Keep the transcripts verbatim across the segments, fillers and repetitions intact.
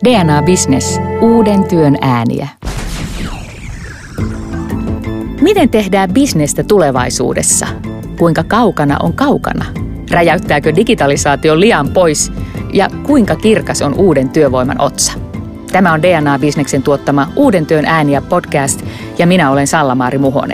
D N A Business. Uuden työn ääniä. Miten tehdään bisnestä tulevaisuudessa? Kuinka kaukana on kaukana? Räjäyttääkö digitalisaatio liian pois? Ja kuinka kirkas on uuden työvoiman otsa? Tämä on D N A Businessin tuottama Uuden työn ääniä podcast ja minä olen Salla-Maari Muhonen.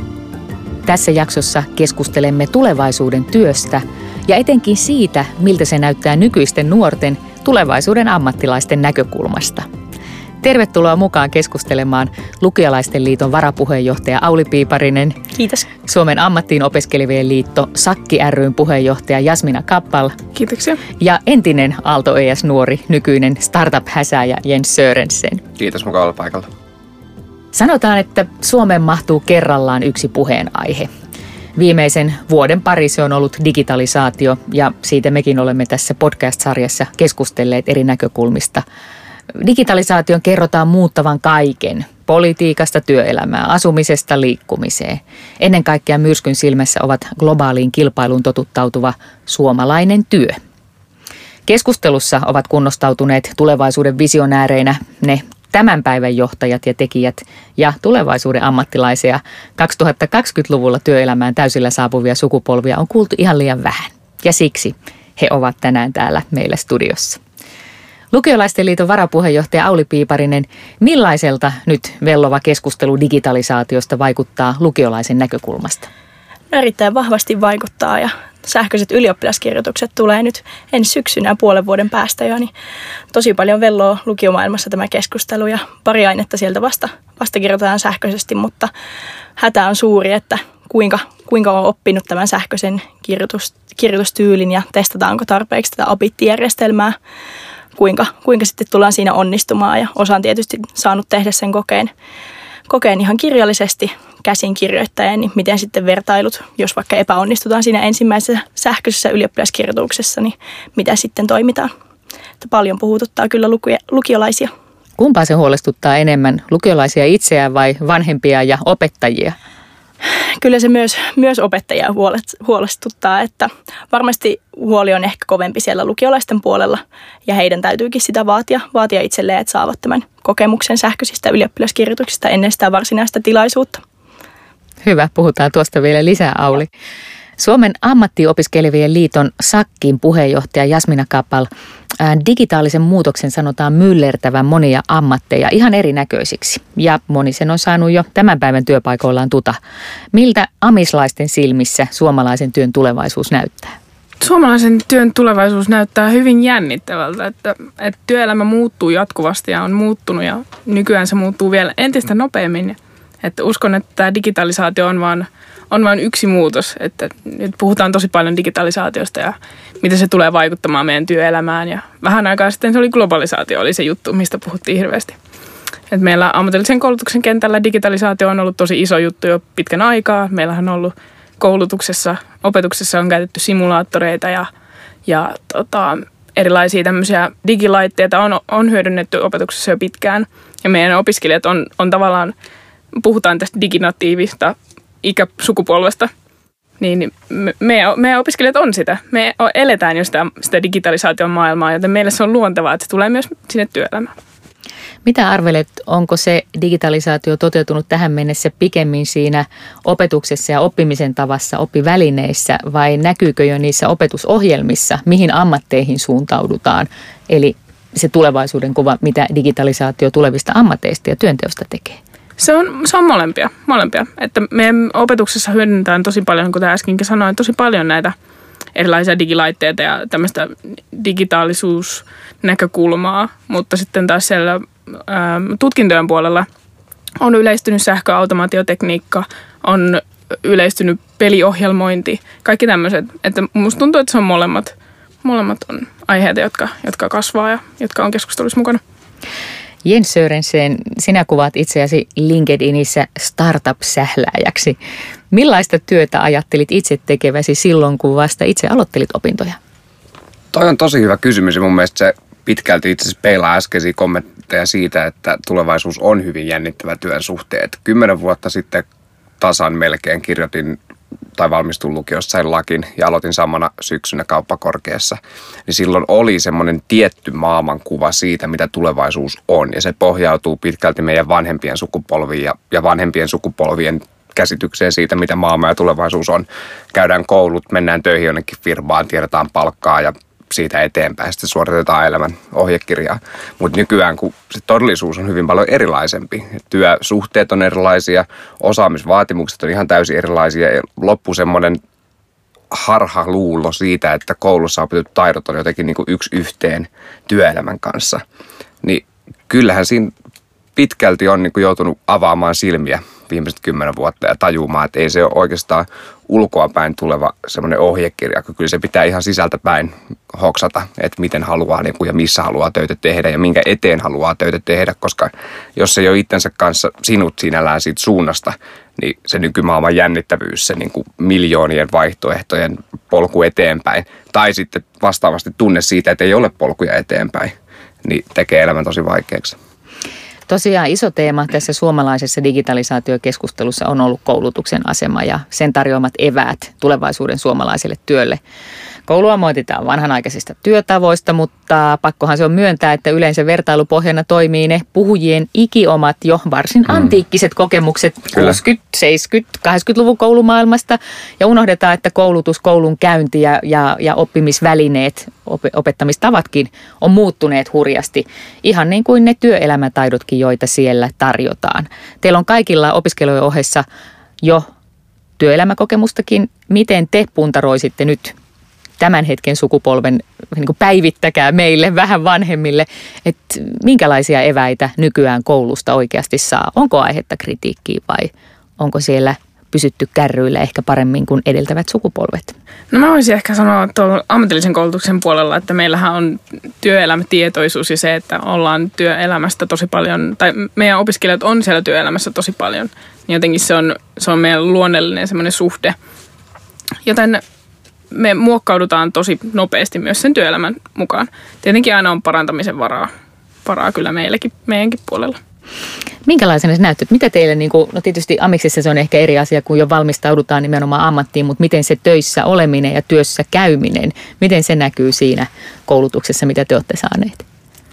Tässä jaksossa keskustelemme tulevaisuuden työstä ja etenkin siitä, miltä se näyttää nykyisten nuorten tulevaisuuden ammattilaisten näkökulmasta. Tervetuloa mukaan keskustelemaan Lukiolaisten liiton varapuheenjohtaja Auli Piiparinen. Kiitos. Suomen ammattiin opiskelevien liitto Sakki ry:n puheenjohtaja Jasmina Kappal. Kiitoksia. Ja entinen Aalto E S-nuori, nykyinen startup-häsääjä Jens Sörensen. Kiitos, mukava olla paikalla. Sanotaan, että Suomeen mahtuu kerrallaan yksi puheenaihe. Viimeisen vuoden pari se on ollut digitalisaatio ja siitä mekin olemme tässä podcast-sarjassa keskustelleet eri näkökulmista. Digitalisaation kerrotaan muuttavan kaiken, politiikasta työelämään, asumisesta liikkumiseen. Ennen kaikkea myrskyn silmässä ovat globaaliin kilpailuun totuttautuva suomalainen työ. Keskustelussa ovat kunnostautuneet tulevaisuuden visionääreinä ne tämän päivän johtajat ja tekijät ja tulevaisuuden ammattilaisia. kaksituhattakaksikymmentäluvulla työelämään täysillä saapuvia sukupolvia on kuultu ihan liian vähän ja siksi he ovat tänään täällä meillä studiossa. Lukiolaisten liiton varapuheenjohtaja Auli Piiparinen, millaiselta nyt vellova keskustelu digitalisaatiosta vaikuttaa lukiolaisen näkökulmasta? Erittäin vahvasti vaikuttaa ja sähköiset ylioppilaskirjoitukset tulee nyt ensi syksynä puolen vuoden päästä jo, niin tosi paljon velloo lukiomaailmassa tämä keskustelu ja pari ainetta sieltä vasta, vasta kirjoitetaan sähköisesti, mutta hätä on suuri, että kuinka, kuinka on oppinut tämän sähköisen kirjoitus, kirjoitustyylin ja testataanko tarpeeksi tätä abittijärjestelmää. Kuinka, kuinka sitten tullaan siinä onnistumaan ja osaan tietysti saanut tehdä sen kokeen, kokeen ihan kirjallisesti käsin kirjoittajan, niin miten sitten vertailut, jos vaikka epäonnistutaan siinä ensimmäisessä sähköisessä ylioppilaskirjoituksessa, niin mitä sitten toimitaan. Että paljon puhututtaa kyllä lukuja, lukiolaisia. Kumpaa se huolestuttaa enemmän, lukiolaisia itseään vai vanhempia ja opettajia? Kyllä se myös, myös opettajia huolestuttaa, että varmasti huoli on ehkä kovempi siellä lukiolaisten puolella ja heidän täytyykin sitä vaatia, vaatia itselleen, että saavat tämän kokemuksen sähköisistä ylioppilaskirjoituksista ennen sitä varsinaista tilaisuutta. Hyvä, puhutaan tuosta vielä lisää, Auli. Suomen ammattiopiskelevien liiton Sakkin puheenjohtaja Jasmina Kappal, digitaalisen muutoksen sanotaan myllertävän monia ammatteja ihan erinäköisiksi. Ja moni sen on saanut jo tämän päivän työpaikoillaan tuta. Miltä amislaisten silmissä suomalaisen työn tulevaisuus näyttää? Suomalaisen työn tulevaisuus näyttää hyvin jännittävältä, että, että työelämä muuttuu jatkuvasti ja on muuttunut ja nykyään se muuttuu vielä entistä nopeammin. Että uskon, että tämä digitalisaatio on vaan, on vaan yksi muutos. Että nyt puhutaan tosi paljon digitalisaatiosta ja miten se tulee vaikuttamaan meidän työelämään. Ja vähän aikaa sitten se oli globalisaatio, oli se juttu, mistä puhuttiin hirveästi. Et meillä ammatillisen koulutuksen kentällä digitalisaatio on ollut tosi iso juttu jo pitkän aikaa. Meillähän on ollut koulutuksessa, opetuksessa on käytetty simulaattoreita ja, ja tota, erilaisia tämmöisiä digilaitteita on, on hyödynnetty opetuksessa jo pitkään. Ja meidän opiskelijat on, on tavallaan, puhutaan tästä diginatiivista ikäsukupolvesta, niin me, meidän opiskelijat on sitä. Me eletään jo sitä, sitä digitalisaation maailmaa, joten meille se on luontevaa, että se tulee myös sinne työelämään. Mitä arvelet, onko se digitalisaatio toteutunut tähän mennessä pikemmin siinä opetuksessa ja oppimisen tavassa, oppivälineissä vai näkyykö jo niissä opetusohjelmissa, mihin ammatteihin suuntaudutaan? Eli se tulevaisuuden kuva, mitä digitalisaatio tulevista ammateista ja työnteosta tekee? Se on, se on molempia, molempia. Että meidän opetuksessa hyödynnetään tosi paljon, kuten äskenkin sanoin, tosi paljon näitä erilaisia digilaitteita ja tämmöistä digitaalisuusnäkökulmaa, mutta sitten taas siellä ä, tutkintojen puolella on yleistynyt sähköautomaatiotekniikka, on yleistynyt peliohjelmointi, kaikki tämmöiset. Että musta tuntuu, että se on molemmat, molemmat on aiheita, jotka, jotka kasvaa ja jotka on keskustelussa mukana. Jens Sörensen, sinä kuvaat itseäsi LinkedInissä startup-sählääjäksi. Millaista työtä ajattelit itse tekeväsi silloin, kun vasta itse aloittelit opintoja? Toi on tosi hyvä kysymys ja mun mielestä se pitkälti itse asiassa peilaa äskeisiä kommentteja siitä, että tulevaisuus on hyvin jännittävä työn suhteen. Kymmenen vuotta sitten tasan melkein kirjoitin tai valmistuin lukiossa, sain lakin ja aloitin samana syksynä kauppakorkeassa, niin silloin oli semmoinen tietty maailmankuva siitä, mitä tulevaisuus on. Ja se pohjautuu pitkälti meidän vanhempien sukupolviin ja, ja vanhempien sukupolvien käsitykseen siitä, mitä maailma ja tulevaisuus on. Käydään koulut, mennään töihin jonnekin firmaan, tiedetään palkkaa ja siitä eteenpäin sitten suoritetaan elämän ohjekirjaa. Mutta nykyään, kun se todellisuus on hyvin paljon erilaisempi, työsuhteet on erilaisia, osaamisvaatimukset on ihan täysin erilaisia ja loppuu semmoinen harhaluulo siitä, että koulussa opitut taidot on jotenkin niin kuin yksi yhteen työelämän kanssa. Niin kyllähän siinä pitkälti on niin kuin joutunut avaamaan silmiä viimeiset kymmenen vuotta ja tajumaan, että ei se ole oikeastaan ulkoapäin tuleva semmoinen ohjekirja, kun kyllä se pitää ihan sisältä päin hoksata, että miten haluaa niin kuin, ja missä haluaa töitä tehdä ja minkä eteen haluaa töitä tehdä, koska jos ei ole itsensä kanssa sinut sinällään siitä suunnasta, niin se nykymaailman jännittävyys, se niin kuin miljoonien vaihtoehtojen polku eteenpäin, tai sitten vastaavasti tunne siitä, että ei ole polkuja eteenpäin, niin tekee elämän tosi vaikeaksi. Tosiaan iso teema tässä suomalaisessa digitalisaatiokeskustelussa on ollut koulutuksen asema ja sen tarjoamat eväät tulevaisuuden suomalaiselle työlle. Koulua moititaan vanhanaikaisista työtavoista, mutta pakkohan se on myöntää, että yleensä vertailupohjana toimii ne puhujien ikiomat jo varsin mm. antiikkiset kokemukset kuusikymmentä-, seitsemänkymmentä-, kahdeksankymmentäluvun koulumaailmasta ja unohdetaan, että koulutus, koulun käynti ja, ja, ja oppimisvälineet, op, opettamistavatkin on muuttuneet hurjasti, ihan niin kuin ne työelämätaidotkin, joita siellä tarjotaan. Teillä on kaikilla opiskelujen ohessa jo työelämäkokemustakin. Miten te puntaroisitte nyt tämän hetken sukupolven, niin kuin päivittäkää meille vähän vanhemmille, että minkälaisia eväitä nykyään koulusta oikeasti saa? Onko aihetta kritiikkiä vai onko siellä pysytty kärryillä ehkä paremmin kuin edeltävät sukupolvet? No mä voisin ehkä sanoa tuolla ammatillisen koulutuksen puolella, että meillähän on työelämätietoisuus ja se, että ollaan työelämästä tosi paljon, tai meidän opiskelijat on siellä työelämässä tosi paljon, niin jotenkin se on, se on meidän luonnollinen semmoinen suhde. Joten me muokkaudutaan tosi nopeasti myös sen työelämän mukaan. Tietenkin aina on parantamisen varaa, varaa kyllä meillekin, meidänkin puolella. Minkälaisena se näyttää? Mitä teille, niin kuin, no tietysti amiksessa se on ehkä eri asia, kun jo valmistaudutaan nimenomaan ammattiin, mutta miten se töissä oleminen ja työssä käyminen, miten se näkyy siinä koulutuksessa, mitä te olette saaneet?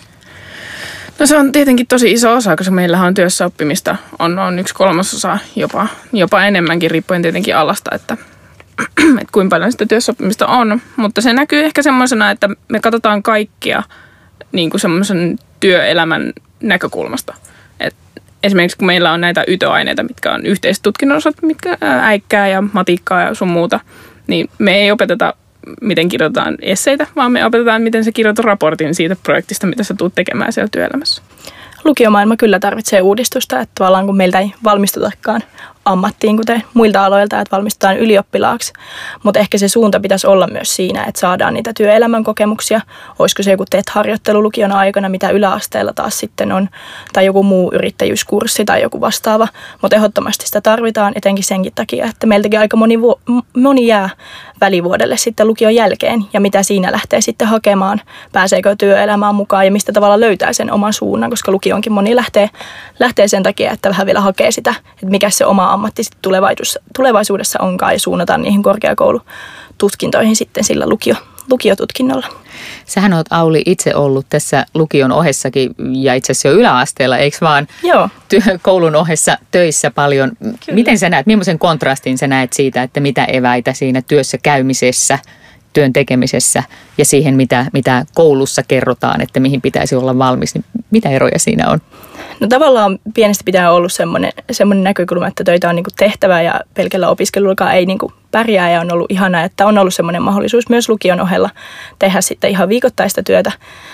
No se on tietenkin tosi iso osa, koska meillähän on työssä oppimista, on, on yksi kolmasosa, jopa, jopa enemmänkin, riippuen tietenkin alasta, että että kuinka paljon sitä työssäoppimista on, mutta se näkyy ehkä semmoisena, että me katsotaan kaikkia niin kuin semmoisen työelämän näkökulmasta. Et esimerkiksi kun meillä on näitä ytöaineita, mitkä on yhteistutkinnon osat, mitkä äikkää ja matikkaa ja sun muuta, niin me ei opeteta, miten kirjoitetaan esseitä, vaan me opetetaan, miten sä kirjoitat raportin siitä projektista, mitä sä tulet tekemään siellä työelämässä. Lukiomaailma kyllä tarvitsee uudistusta, että tavallaan kun meiltä ei valmistutakaan ammattiin, kuten muilta aloilta, että valmistutaan ylioppilaaksi. Mutta ehkä se suunta pitäisi olla myös siinä, että saadaan niitä työelämän kokemuksia. Olisiko se joku T E T-harjoittelu lukion aikana, mitä yläasteella taas sitten on, tai joku muu yrittäjyyskurssi tai joku vastaava. Mutta ehdottomasti sitä tarvitaan etenkin senkin takia, että meiltäkin aika moni, vu- moni jää välivuodelle sitten lukion jälkeen. Ja mitä siinä lähtee sitten hakemaan, pääseekö työelämään mukaan ja mistä tavalla löytää sen oman suunnan, koska lukionkin moni lähtee, lähtee sen takia, että vähän vielä hakee sitä, että mikä se oma ammatti sitten tulevaisuudessa onkaan ja suunnataan niihin korkeakoulututkintoihin sitten sillä lukio, lukiotutkinnolla. Sähän oot, Auli, itse ollut tässä lukion ohessakin ja itse asiassa jo yläasteella, eikö vaan? Joo. Työ, koulun ohessa töissä paljon. Kyllä. Miten sä näet, millaisen kontrastin sä näet siitä, että mitä eväitä siinä työssä käymisessä, työn tekemisessä ja siihen, mitä, mitä koulussa kerrotaan, että mihin pitäisi olla valmis, niin mitä eroja siinä on? No tavallaan pienestä pitää olla ollut semmoinen, semmoinen näkökulma, että töitä on niin kuin tehtävä ja pelkällä opiskelullakaan ei niin kuin pärjää ja on ollut ihanaa, että on ollut semmoinen mahdollisuus myös lukion ohella tehdä sitten ihan viikoittaista työtä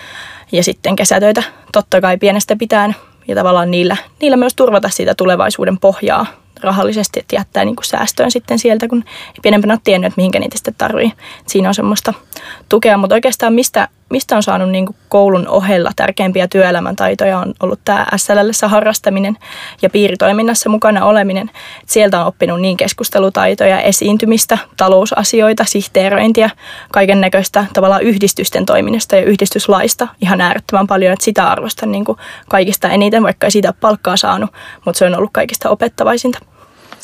ja sitten kesätöitä totta kai pienestä pitäen ja tavallaan niillä, niillä myös turvata sitä tulevaisuuden pohjaa rahallisesti, että jättää niin kuin säästöön sitten sieltä, kun ei pienempänä ole tiennyt, että mihinkä niitä sitten tarvii. Siinä on semmoista tukea, mutta oikeastaan mistä, mistä on saanut niin kuin koulun ohella tärkeimpiä työelämän taitoja on ollut tämä S L L:ssä harrastaminen ja piiritoiminnassa mukana oleminen. Et sieltä on oppinut niin keskustelutaitoja, esiintymistä, talousasioita, sihteerointia, kaiken näköistä tavallaan yhdistysten toiminnasta ja yhdistyslaista ihan äärettömän paljon, että sitä arvostan niin kuin kaikista eniten, vaikka ei siitä ole palkkaa saanut, mutta se on ollut kaikista opettavaisinta.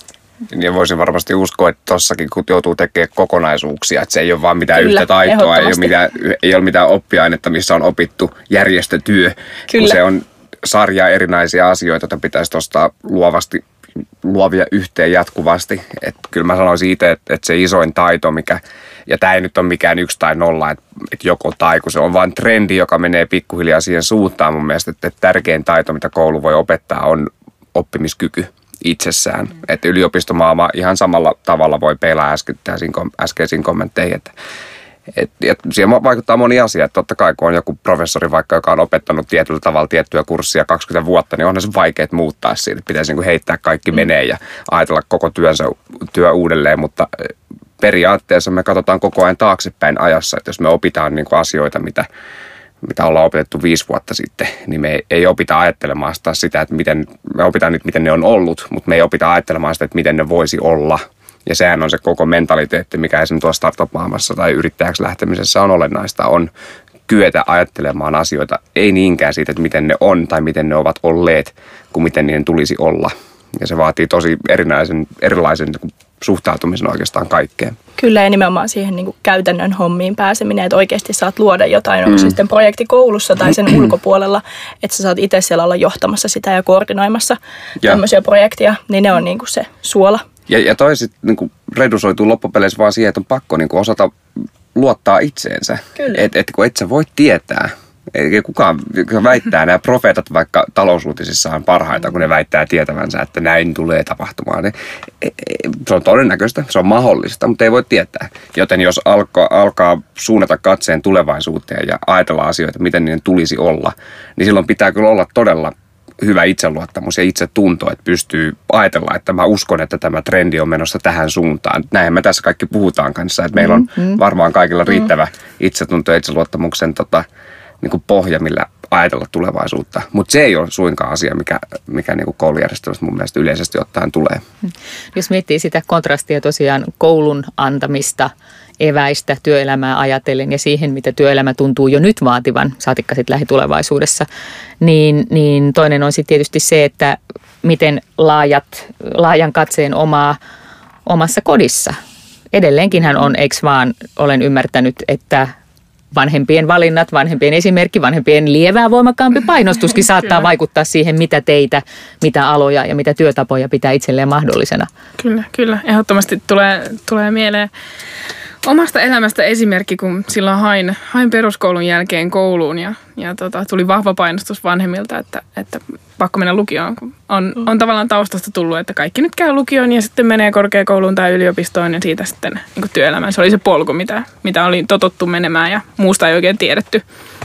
Ja voisin varmasti uskoa, että tossakin kun joutuu tekemään kokonaisuuksia, että se ei ole vaan mitään Kyllä, yhtä taitoa, ei ole mitään, ei ole mitään oppiainetta, missä on opittu järjestötyö, Kyllä. kun se on sarja erinäisiä asioita, joita pitäisi tuosta luovasti luovia yhteen jatkuvasti. Että kyllä mä sanoisin itse, että, että se isoin taito, mikä, ja tämä ei nyt ole mikään yksi tai nolla, että, että joko tai, kun se on vain trendi, joka menee pikkuhiljaa siihen suuntaan mun mielestä, että, että tärkein taito, mitä koulu voi opettaa, on oppimiskyky itsessään. Mm. Että yliopistomaailma ihan samalla tavalla voi peilaa äskeisiin, äskeisiin kommentteihin, että Et, et siihen vaikuttaa moni asia. Että totta kai, kun on joku professori vaikka, joka on opettanut tietyllä tavalla tiettyä kurssia kaksikymmentä vuotta, niin onhan se vaikeaa muuttaa siitä. Pitäisi niin kuin heittää kaikki menee ja ajatella koko työnsä, työ uudelleen, mutta periaatteessa me katsotaan koko ajan taaksepäin ajassa. Että jos me opitaan niin kuin asioita, mitä, mitä ollaan opetettu viisi vuotta sitten, niin me ei, ei opita ajattelemaan sitä, sitä, että miten, me opitaan nyt, miten ne on ollut, mutta me ei opita ajattelemaan sitä, että miten ne voisi olla. Ja sehän on se koko mentaliteetti, mikä esimerkiksi tuossa startup-maailmassa tai yrittäjäksi lähtemisessä on olennaista, on kyetä ajattelemaan asioita, ei niinkään siitä, että miten ne on tai miten ne ovat olleet, kuin miten niiden tulisi olla. Ja se vaatii tosi erinäisen, erilaisen niin kuin suhtautumisen oikeastaan kaikkeen. Kyllä, ja nimenomaan siihen niin kuin käytännön hommiin pääseminen, että oikeasti saat luoda jotain, onko se sitten projekti koulussa tai sen ulkopuolella, että sä saat itse siellä olla johtamassa sitä ja koordinoimassa ja tämmöisiä projekteja, niin ne on niin kuin se suola. Ja, ja toi sitten niin redusoituu loppupeleissä vaan siihen, että on pakko niin kuin osata luottaa itseensä. Että et, kun et sä voi tietää. Eikä kukaan väittää, nämä profeetat vaikka talousuutisissa on parhaita, kun ne väittää tietävänsä, että näin tulee tapahtumaan. Se on todennäköistä, se on mahdollista, mutta ei voi tietää. Joten jos alkaa, alkaa suunnata katseen tulevaisuuteen ja ajatella asioita, miten niiden tulisi olla, niin silloin pitää kyllä olla todella hyvä itseluottamus ja itsetunto, että pystyy ajatella, että mä uskon, että tämä trendi on menossa tähän suuntaan. Näin me tässä kaikki puhutaan kanssa, että meillä on varmaan kaikilla riittävä itsetunto ja itseluottamuksen tota, niin kuin pohja, millä ajatella tulevaisuutta. Mutta se ei ole suinkaan asia, mikä, mikä niin kuin koulujärjestelmästä mun mielestä yleisesti ottaen tulee. Jos miettii sitä kontrastia tosiaan koulun antamista eväistä työelämää ajatellen ja siihen, mitä työelämä tuntuu jo nyt vaativan, saatikka sitten lähitulevaisuudessa, niin, niin toinen on sitten tietysti se, että miten laajat, laajan katseen omaa, omassa kodissa. Edelleenkinhän on, eikö vaan, olen ymmärtänyt, että vanhempien valinnat, vanhempien esimerkki, vanhempien lievää voimakkaampi painostuskin saattaa vaikuttaa siihen, mitä teitä, mitä aloja ja mitä työtapoja pitää itselleen mahdollisena. Kyllä, kyllä. Ehdottomasti tulee, tulee mieleen omasta elämästä esimerkki, kun silloin hain, hain peruskoulun jälkeen kouluun ja, ja tota, tuli vahva painostus vanhemmilta, että, että pakko mennä lukioon. On, on tavallaan taustasta tullut, että kaikki nyt käy lukioon ja sitten menee korkeakouluun tai yliopistoon ja siitä sitten niin työelämään. Se oli se polku, mitä, mitä oli totuttu menemään ja muusta ei oikein tiedetty.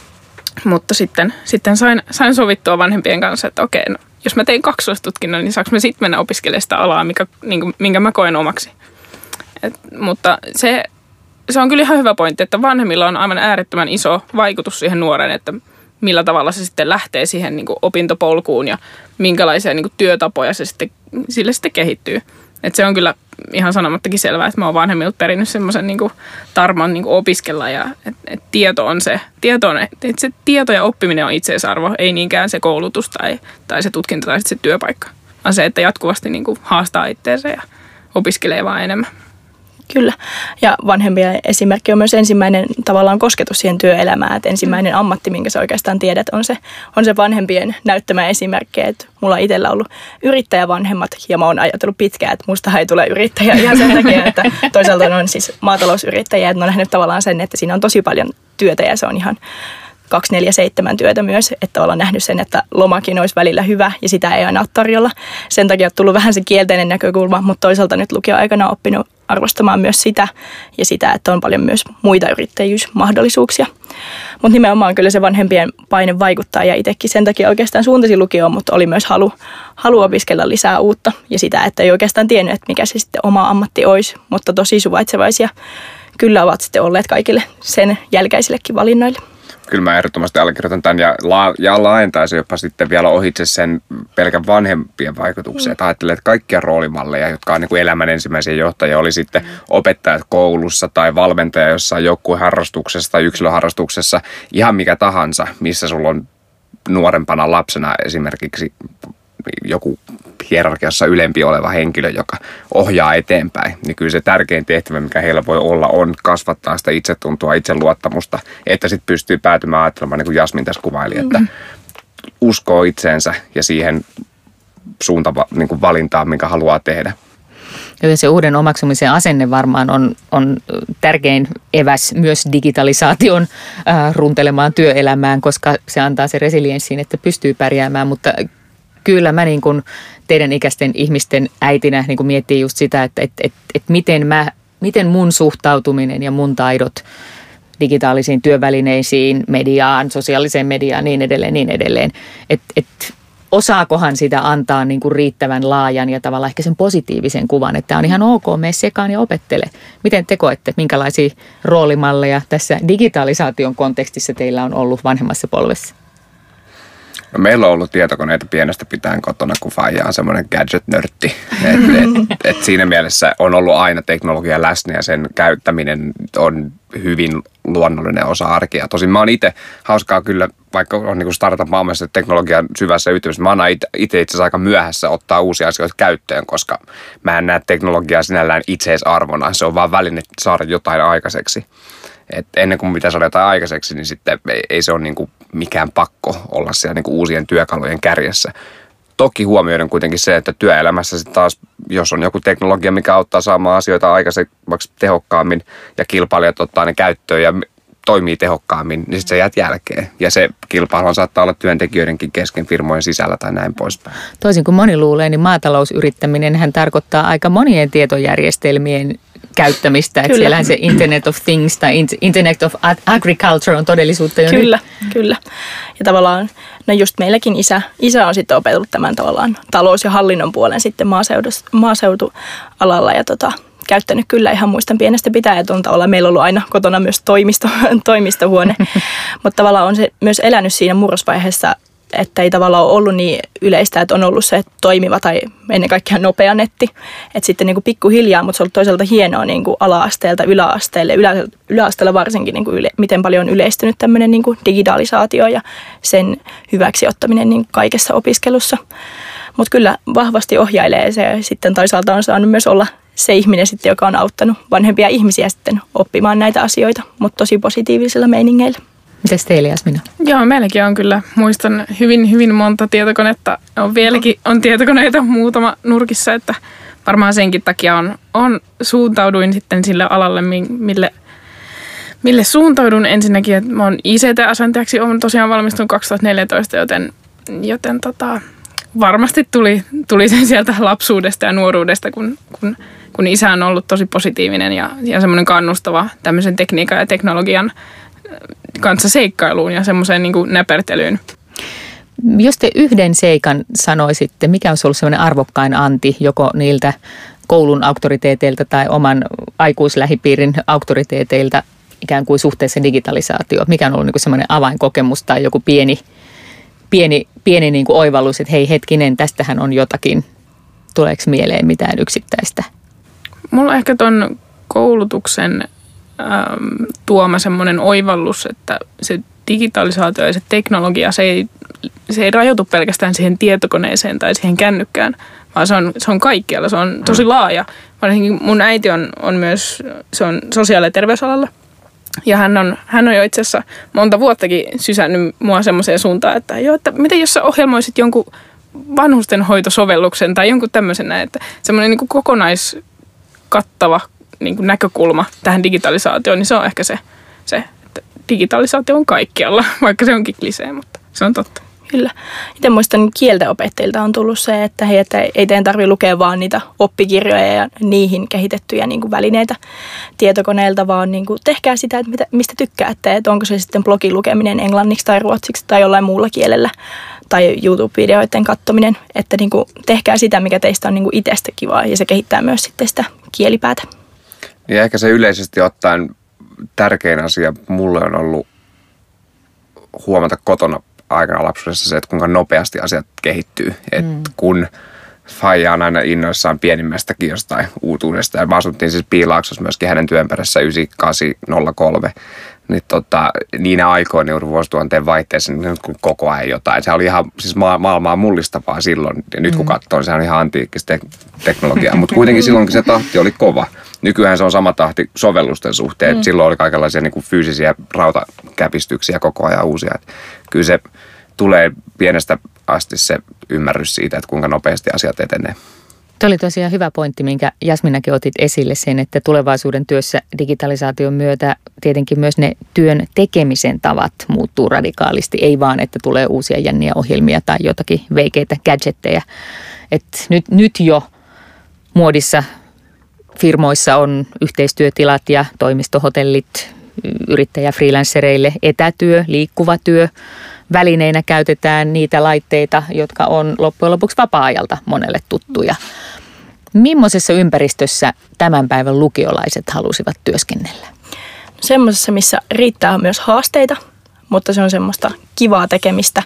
Mutta sitten, sitten sain, sain sovittua vanhempien kanssa, että okei, no, jos mä tein kaksoistutkinnon, niin saanko mä sitten mennä opiskelemaan sitä alaa, mikä, niin kuin, minkä mä koen omaksi. Et, mutta se... Se on kyllä ihan hyvä pointti, että vanhemmilla on aivan äärettömän iso vaikutus siihen nuoreen, että millä tavalla se sitten lähtee siihen niin kuin opintopolkuun ja minkälaisia niin kuin työtapoja se sitten, sille sitten kehittyy. Että se on kyllä ihan sanomattakin selvää, että mä oon vanhemmilta perinnyt semmoisen niin kuin tarmon niin kuin opiskella ja että et tieto on se, tieto on, että se tieto ja oppiminen on itseisarvo, ei niinkään se koulutus tai, tai se tutkinto tai sitten se työpaikka, vaan se, että jatkuvasti niin kuin haastaa itseensä ja opiskelee vaan enemmän. Kyllä. Ja vanhempien esimerkki on myös ensimmäinen tavallaan kosketus siihen työelämään. Että ensimmäinen ammatti, minkä sä oikeastaan tiedät, on se, on se vanhempien näyttämä esimerkki. Että mulla on itsellä ollut yrittäjävanhemmat ja mä oon ajatellut pitkään, että musta ei tule yrittäjä ihan sen takia, että toisaalta on siis maatalousyrittäjä. Että mä oon nähnyt tavallaan sen, että siinä on tosi paljon työtä ja se on ihan kaksi neljä seitsemän työtä myös, että ollaan nähnyt sen, että lomakin olisi välillä hyvä ja sitä ei aina ole tarjolla. Sen takia on tullut vähän se kielteinen näkökulma, mutta toisaalta nyt lukioaikana on oppinut arvostamaan myös sitä ja sitä, että on paljon myös muita yrittäjyysmahdollisuuksia. Mutta nimenomaan kyllä se vanhempien paine vaikuttaa ja itsekin sen takia oikeastaan suuntasin lukioon, mutta oli myös halu, halu opiskella lisää uutta ja sitä, että ei oikeastaan tiennyt, että mikä se sitten oma ammatti olisi, mutta tosi suvaitsevaisia kyllä ovat sitten olleet kaikille sen jälkeisillekin valinnoille. Kyllä mä ehdottomasti allekirjoitan tämän ja, la- ja laajentaisin jopa sitten vielä ohitse sen pelkän vanhempien vaikutuksia. Mm. Ajattelen, että kaikkia roolimalleja, jotka on niin kuin elämän ensimmäisiä johtajia, oli sitten mm. opettajat koulussa tai valmentaja jossain joukkueharrastuksessa tai yksilöharrastuksessa, ihan mikä tahansa, missä sulla on nuorempana lapsena esimerkiksi joku hierarkiassa ylempi oleva henkilö, joka ohjaa eteenpäin, niin kyllä se tärkein tehtävä, mikä heillä voi olla, on kasvattaa sitä itsetuntoa, itseluottamusta, että sitten pystyy päätymään ajattelemaan, niin kuin Jasmin tässä kuvaili, että mm-hmm. uskoo itseensä ja siihen suuntavalintaan, minkä haluaa tehdä. Joten se uuden omaksumisen asenne varmaan on, on tärkein eväs myös digitalisaation äh, runtelemaan työelämään, koska se antaa se resilienssiin, että pystyy pärjäämään, mutta kyllä mä niin kuin teidän ikäisten ihmisten äitinä niin kuin miettii just sitä, että, että, että, että miten, mä, miten mun suhtautuminen ja mun taidot digitaalisiin työvälineisiin, mediaan, sosiaaliseen mediaan, niin edelleen, niin edelleen. Että et, osaakohan sitä antaa niin kuin riittävän laajan ja tavallaan ehkä sen positiivisen kuvan, että on ihan ok, mene sekaan ja opettele. Miten te koette, minkälaisia roolimalleja tässä digitalisaation kontekstissa teillä on ollut vanhemmassa polvessa? No, meillä on ollut tietokoneita pienestä pitäen kotona, kun faija on semmoinen gadget-nörtti. Et, et, et siinä mielessä on ollut aina teknologia läsnä ja sen käyttäminen on hyvin luonnollinen osa arkea. Tosin mä oon itse, hauskaa kyllä, vaikka on niin startup-maailmassa teknologian syvässä ytimessä, mä oon itse itse asiassa aika myöhässä ottaa uusia asioita käyttöön, koska mä en näe teknologiaa sinällään itseisarvona. Se on vaan väline saada jotain aikaiseksi. Et ennen kuin mitä saada jotain aikaiseksi, niin sitten ei, ei se ole niin kuin mikään pakko olla siellä niin kuin uusien työkalujen kärjessä. Toki huomioiden kuitenkin se, että työelämässä sitten taas, jos on joku teknologia, mikä auttaa saamaan asioita aikaisemmaksi tehokkaammin ja kilpailijat ottaa ne käyttöön ja toimii tehokkaammin, niin sitten sä jäät jälkeen. Ja se kilpailu saattaa olla työntekijöidenkin kesken firmojen sisällä tai näin poispäin. Toisin kuin moni luulee, niin maatalousyrittäminenhän tarkoittaa aika monien tietojärjestelmien käyttämistä. Että siellähän se Internet of Things tai Internet of Agriculture on todellisuutta jo Kyllä, nyt. kyllä. Ja tavallaan, no just meilläkin isä, isä on sitten opetellut tämän tavallaan talous- ja hallinnon puolen sitten maaseutualalla ja tota, käyttänyt kyllä ihan muistan pienestä pitäen, että on tavallaan meillä on ollut aina kotona myös toimisto, toimistohuone, mutta tavallaan on se myös elänyt siinä murrosvaiheessa, että ei tavallaan ole ollut niin yleistä, että on ollut se toimiva tai ennen kaikkea nopea netti. Että sitten niin kuin pikkuhiljaa, mutta se on ollut toisaalta hienoa niin kuin ala-asteelta yläasteelle, ylä, yläasteella varsinkin, niin kuin yle, miten paljon on yleistynyt tämmöinen niin kuin digitalisaatio ja sen hyväksi ottaminen niin kuin kaikessa opiskelussa. Mutta kyllä vahvasti ohjailee se ja sitten toisaalta on saanut myös olla se ihminen sitten, joka on auttanut vanhempia ihmisiä sitten oppimaan näitä asioita, mutta tosi positiivisilla meiningeillä. Mites teille, Jasmina? Joo, meilläkin on kyllä, muistan hyvin, hyvin monta tietokonetta. On vieläkin on tietokoneita muutama nurkissa, että varmaan senkin takia on, on suuntauduin sitten sille alalle, mille, mille suuntaudun ensinnäkin. Että mä oon I C T-asentajaksi, olen tosiaan valmistunut kaksituhattaneljätoista, joten, joten tota, varmasti tuli, tuli sen sieltä lapsuudesta ja nuoruudesta, kun, kun, kun isä on ollut tosi positiivinen ja, ja semmoinen kannustava tämmöisen tekniikan ja teknologian kanssa seikkailuun ja semmoiseen niin kuin näpertelyyn. Jos te yhden seikan sanoisitte, mikä olisi ollut semmoinen arvokkain anti joko niiltä koulun auktoriteeteilta tai oman aikuislähipiirin auktoriteeteilta ikään kuin suhteessa digitalisaatioon? Mikä on ollut niin kuin semmoinen avainkokemus tai joku pieni, pieni, pieni niin kuin oivallus, että hei hetkinen, tästähän on jotakin. Tuleeko mieleen mitään yksittäistä? Mulla on ehkä ton koulutuksen tuoma semmoinen oivallus, että se digitalisaatio ja se teknologia, se ei, se ei rajoitu pelkästään siihen tietokoneeseen tai siihen kännykkään, vaan se on, se on kaikkialla, se on tosi laaja. Varsinkin mun äiti on, on myös, se on sosiaali- ja terveysalalla. Ja hän on, hän on jo itse asiassa monta vuottakin sysännyt mua semmoiseen suuntaan, että, jo, että miten jos sä ohjelmoisit jonkun vanhustenhoitosovelluksen tai jonkun tämmöisen näin, että semmoinen niin kuin kokonaiskattava niin kuin näkökulma tähän digitalisaatioon, niin se on ehkä se, se, että digitalisaatio on kaikkialla, vaikka se onkin klisee, mutta se on totta. Kyllä. Itse muistan kieltenopettajilta on tullut se, että, hei, että ei teidän tarvitse lukea vaan niitä oppikirjoja ja niihin kehitettyjä niin kuin välineitä tietokoneelta, vaan niin kuin tehkää sitä, että mitä, mistä tykkäätte, että onko se sitten blogin lukeminen englanniksi tai ruotsiksi tai jollain muulla kielellä tai YouTube-videoiden katsominen, että niin kuin tehkää sitä, mikä teistä on niin kuin itsestä kivaa ja se kehittää myös sitten sitä kielipäätä. Ja ehkä se yleisesti ottaen tärkein asia mulle on ollut huomata kotona aikana lapsuudessa se, että kuinka nopeasti asiat kehittyy. Mm. Että kun faija on aina innoissaan pienimmästäkin jostain uutuudesta. Ja me asuttiin siis Piilaaksossa myöskin hänen työn perässä yhdeksänkymmentäkahdeksan nolla kolme. Niin tota, niinä aikoina juuri vuosituhanteen vaihteessa niin koko ajan jotain. Se oli ihan siis ma- maailmaa mullistavaa silloin. Ja nyt kun katsoo, niin se on ihan antiikkista te- teknologiaa. Mutta kuitenkin silloinkin se tahti oli kova. Nykyään se on sama tahti sovellusten suhteen. Mm. Silloin oli kaikenlaisia niin kuin fyysisiä rautakäpistyksiä koko ajan uusia. Et kyllä se tulee pienestä asti se ymmärrys siitä, että kuinka nopeasti asiat etenee. Tuo oli tosiaan hyvä pointti, minkä Jasminakin otit esille sen, että tulevaisuuden työssä digitalisaation myötä tietenkin myös ne työn tekemisen tavat muuttuu radikaalisti. Ei vaan, että tulee uusia jänniä ohjelmia tai jotakin veikeitä gadgetteja. Et nyt, nyt jo muodissa firmoissa on yhteistyötilat ja toimistohotellit yrittäjä-freelancereille, etätyö, liikkuva työ. Välineinä käytetään niitä laitteita, jotka on loppujen lopuksi vapaa-ajalta monelle tuttuja. Millaisessa ympäristössä tämän päivän lukiolaiset halusivat työskennellä? Semmoisessa, missä riittää myös haasteita, mutta se on semmoista kivaa tekemistä,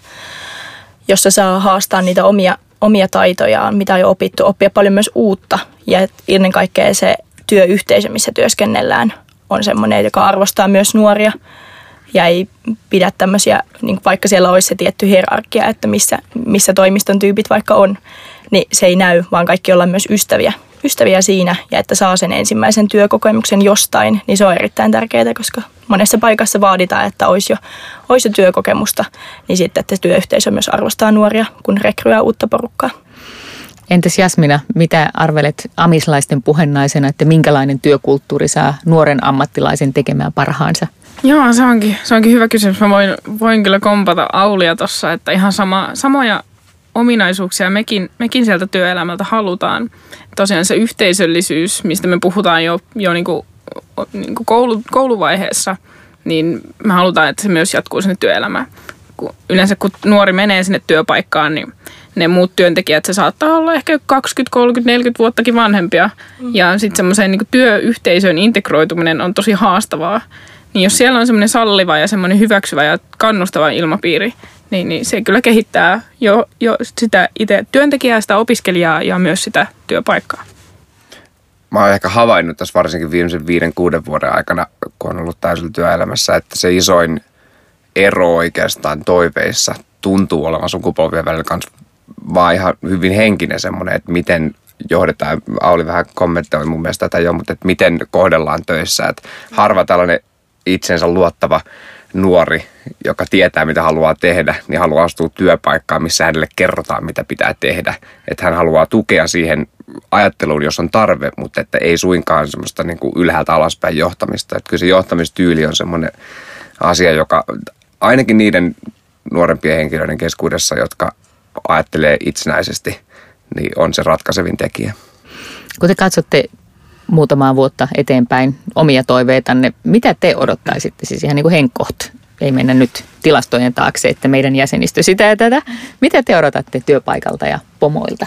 jossa saa haastaa niitä omia, omia taitojaan, mitä on jo opittu, oppia paljon myös uutta. Ja ennen kaikkea se työyhteisö, missä työskennellään, on semmoinen, joka arvostaa myös nuoria. Ja ei pidä tämmöisiä, niin vaikka siellä olisi se tietty hierarkia, että missä, missä toimiston tyypit vaikka on, niin se ei näy, vaan kaikki ollaan myös ystäviä, ystäviä siinä. Ja että saa sen ensimmäisen työkokemuksen jostain, niin se on erittäin tärkeää, koska monessa paikassa vaaditaan, että olisi jo, olisi jo työkokemusta. Niin sitten, että työyhteisö myös arvostaa nuoria, kun rekryää uutta porukkaa. Entäs Jasmina, mitä arvelet amislaisten puhenaisena, että minkälainen työkulttuuri saa nuoren ammattilaisen tekemään parhaansa? Joo, se onkin, se onkin hyvä kysymys. Mä voin, voin kyllä kompata Aulia tuossa, että ihan sama, samoja ominaisuuksia mekin, mekin sieltä työelämältä halutaan. Tosiaan se yhteisöllisyys, mistä me puhutaan jo, jo niin kuin, niin kuin koulu, kouluvaiheessa, niin me halutaan, että se myös jatkuu sinne työelämään. Kun, yleensä kun nuori menee sinne työpaikkaan, niin ne muut työntekijät, se saattaa olla ehkä kaksikymmentä, kolmekymmentä, neljäkymmentä vuottakin vanhempia. Mm. Ja sitten semmoiseen niin kuin työyhteisöön integroituminen on tosi haastavaa. Niin jos siellä on semmoinen salliva ja semmoinen hyväksyvä ja kannustava ilmapiiri, niin, niin se kyllä kehittää jo, jo sitä itse työntekijää, sitä opiskelijaa ja myös sitä työpaikkaa. Mä oon ehkä havainnut tässä varsinkin viimeisen viiden, kuuden vuoden aikana, kun on ollut täysillä työelämässä, että se isoin ero oikeastaan toiveissa tuntuu olevan sukupolvien välillä kanssa vaan ihan hyvin henkinen semmoinen, että miten johdetaan. Auli vähän kommentoi mun mielestä tätä jo, mutta että miten kohdellaan töissä. Että harva tällainen itsensä luottava nuori, joka tietää, mitä haluaa tehdä, niin haluaa astua työpaikkaan, missä hänelle kerrotaan, mitä pitää tehdä. Että hän haluaa tukea siihen ajatteluun, jos on tarve, mutta että ei suinkaan semmoista niin kuin ylhäältä alaspäin johtamista. Että kyllä se johtamistyyli on semmoinen asia, joka ainakin niiden nuorempien henkilöiden keskuudessa, jotka ajattelee itsenäisesti, niin on se ratkaisevin tekijä. Kun te katsotte muutamaa vuotta eteenpäin omia toiveitanne, mitä te odottaisitte, siis ihan niin kuin henkkoht, ei mennä nyt tilastojen taakse, että meidän jäsenistö sitä ja tätä. Mitä te odotatte työpaikalta ja pomoilta?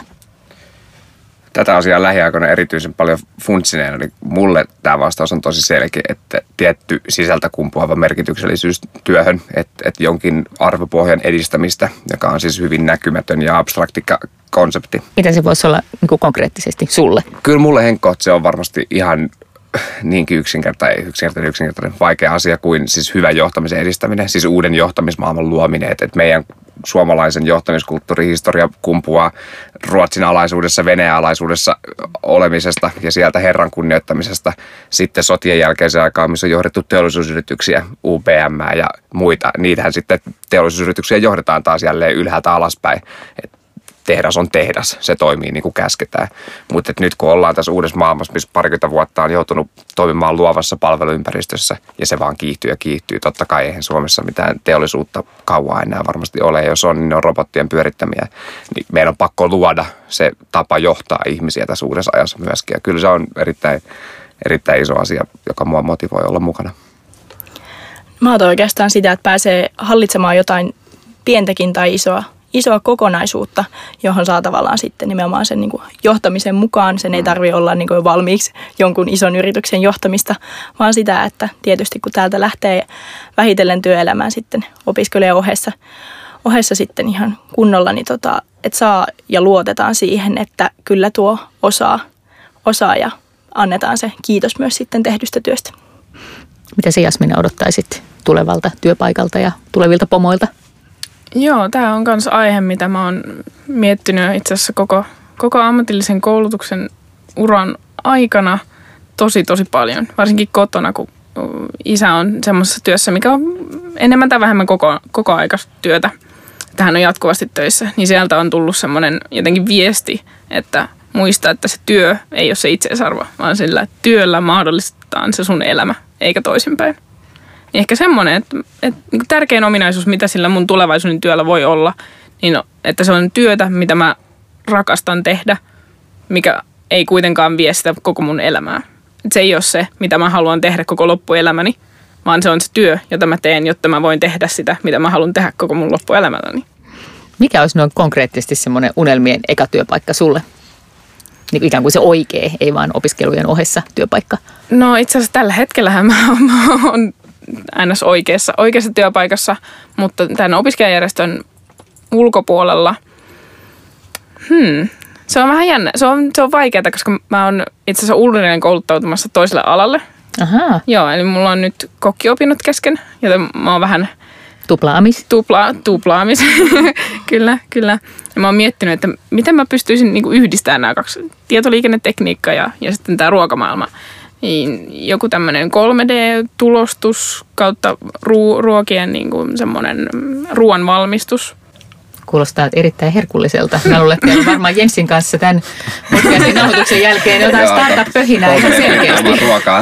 Tätä asiaa lähiaikoina erityisen paljon funtsineena, niin mulle tämä vastaus on tosi selkeä, että tietty sisältä kumpuava merkityksellisyys työhön, että, että jonkin arvopohjan edistämistä, joka on siis hyvin näkymätön ja abstrakti konsepti. Mitä se voisi olla niin kuin konkreettisesti sulle? Kyllä mulle henkkoht se on varmasti ihan niinkin yksinkertainen, yksinkertainen, yksinkertainen vaikea asia kuin siis hyvän johtamisen edistäminen, siis uuden johtamismaailman luominen, että meidän suomalaisen johtamiskulttuurihistoria kumpuaa Ruotsin alaisuudessa, Venäjän alaisuudessa olemisesta ja sieltä herran kunnioittamisesta. Sitten sotien jälkeiseen aikaan, missä on johdettu teollisuusyrityksiä, U P M ja muita. Niitähän sitten teollisuusyrityksiä johdetaan taas jälleen ylhäältä alaspäin. Et tehdas on tehdas, se toimii niin kuin käsketään. Mutta nyt kun ollaan tässä uudessa maailmassa, missä parikymmentä vuotta on joutunut toimimaan luovassa palveluympäristössä ja se vaan kiihtyy ja kiihtyy. Totta kai eihän Suomessa mitään teollisuutta kauan enää varmasti ole. Jos on, niin ne on robottien pyörittämiä. Niin meidän on pakko luoda se tapa johtaa ihmisiä tässä uudessa ajassa myöskin. Ja kyllä se on erittäin, erittäin iso asia, joka mua motivoi olla mukana. Mä oon oikeastaan sitä, että pääsee hallitsemaan jotain pientäkin tai isoa. isoa kokonaisuutta, johon saa tavallaan sitten nimenomaan sen niin kuin johtamisen mukaan. Sen ei tarvitse olla niin kuin valmiiksi jonkun ison yrityksen johtamista, vaan sitä, että tietysti kun täältä lähtee vähitellen työelämään sitten opiskelijan ohessa, ohessa sitten ihan kunnolla, niin tota, että saa ja luotetaan siihen, että kyllä tuo osaa, osaa ja annetaan se kiitos myös sitten tehdystä työstä. Mitä se Jasmina odottaisit tulevalta työpaikalta ja tulevilta pomoilta? Joo, tämä on myös aihe, mitä mä oon miettinyt itse asiassa koko, koko ammatillisen koulutuksen uran aikana tosi tosi paljon. Varsinkin kotona, kun isä on semmoisessa työssä, mikä on enemmän tai vähemmän koko, koko aikaista työtä. Hän on jatkuvasti töissä, niin sieltä on tullut semmoinen jotenkin viesti, että muista, että se työ ei ole se itseisarvo, vaan sillä työllä mahdollistetaan se sun elämä, eikä toisinpäin. Niin ehkä semmoinen, että, että niin kuin tärkein ominaisuus, mitä sillä mun tulevaisuuden työllä voi olla, niin että se on työtä, mitä mä rakastan tehdä, mikä ei kuitenkaan vie sitä koko mun elämää. Että se ei ole se, mitä mä haluan tehdä koko loppuelämäni, vaan se on se työ, jota mä teen, jotta mä voin tehdä sitä, mitä mä haluan tehdä koko mun loppuelämälläni. Mikä olisi noin konkreettisesti semmoinen unelmien eka työpaikka sulle? Niin ikään kuin se oikea, ei vaan opiskelujen ohessa työpaikka. No itse asiassa tällä hetkellähän mä oon ns. oikeassa, oikeassa työpaikassa, mutta tämän opiskelijajärjestön ulkopuolella, hmm, se on vähän jännä. Se on, se on vaikeaa, koska mä oon itse asiassa uudelleen kouluttautumassa toiselle alalle. Ahaa. Joo, eli mulla on nyt kokkiopinnot kesken, joten mä oon vähän... Tuplaamis. Tupla, tuplaamis, kyllä, kyllä. Ja mä oon miettinyt, että miten mä pystyisin niinku yhdistämään nämä kaksi, tietoliikennetekniikka ja, ja sitten tämä ruokamaailma. Niin joku tämmöinen kolme D-tulostus kautta ruo, ruokien niinku semmoinen ruoanvalmistus. Kuulostaa erittäin herkulliselta. Mä luulen, että varmaan Jenssin kanssa tämän podcastin nauhoituksen jälkeen jotain startup-pöhinää ihan selkeästi. Ruokaa.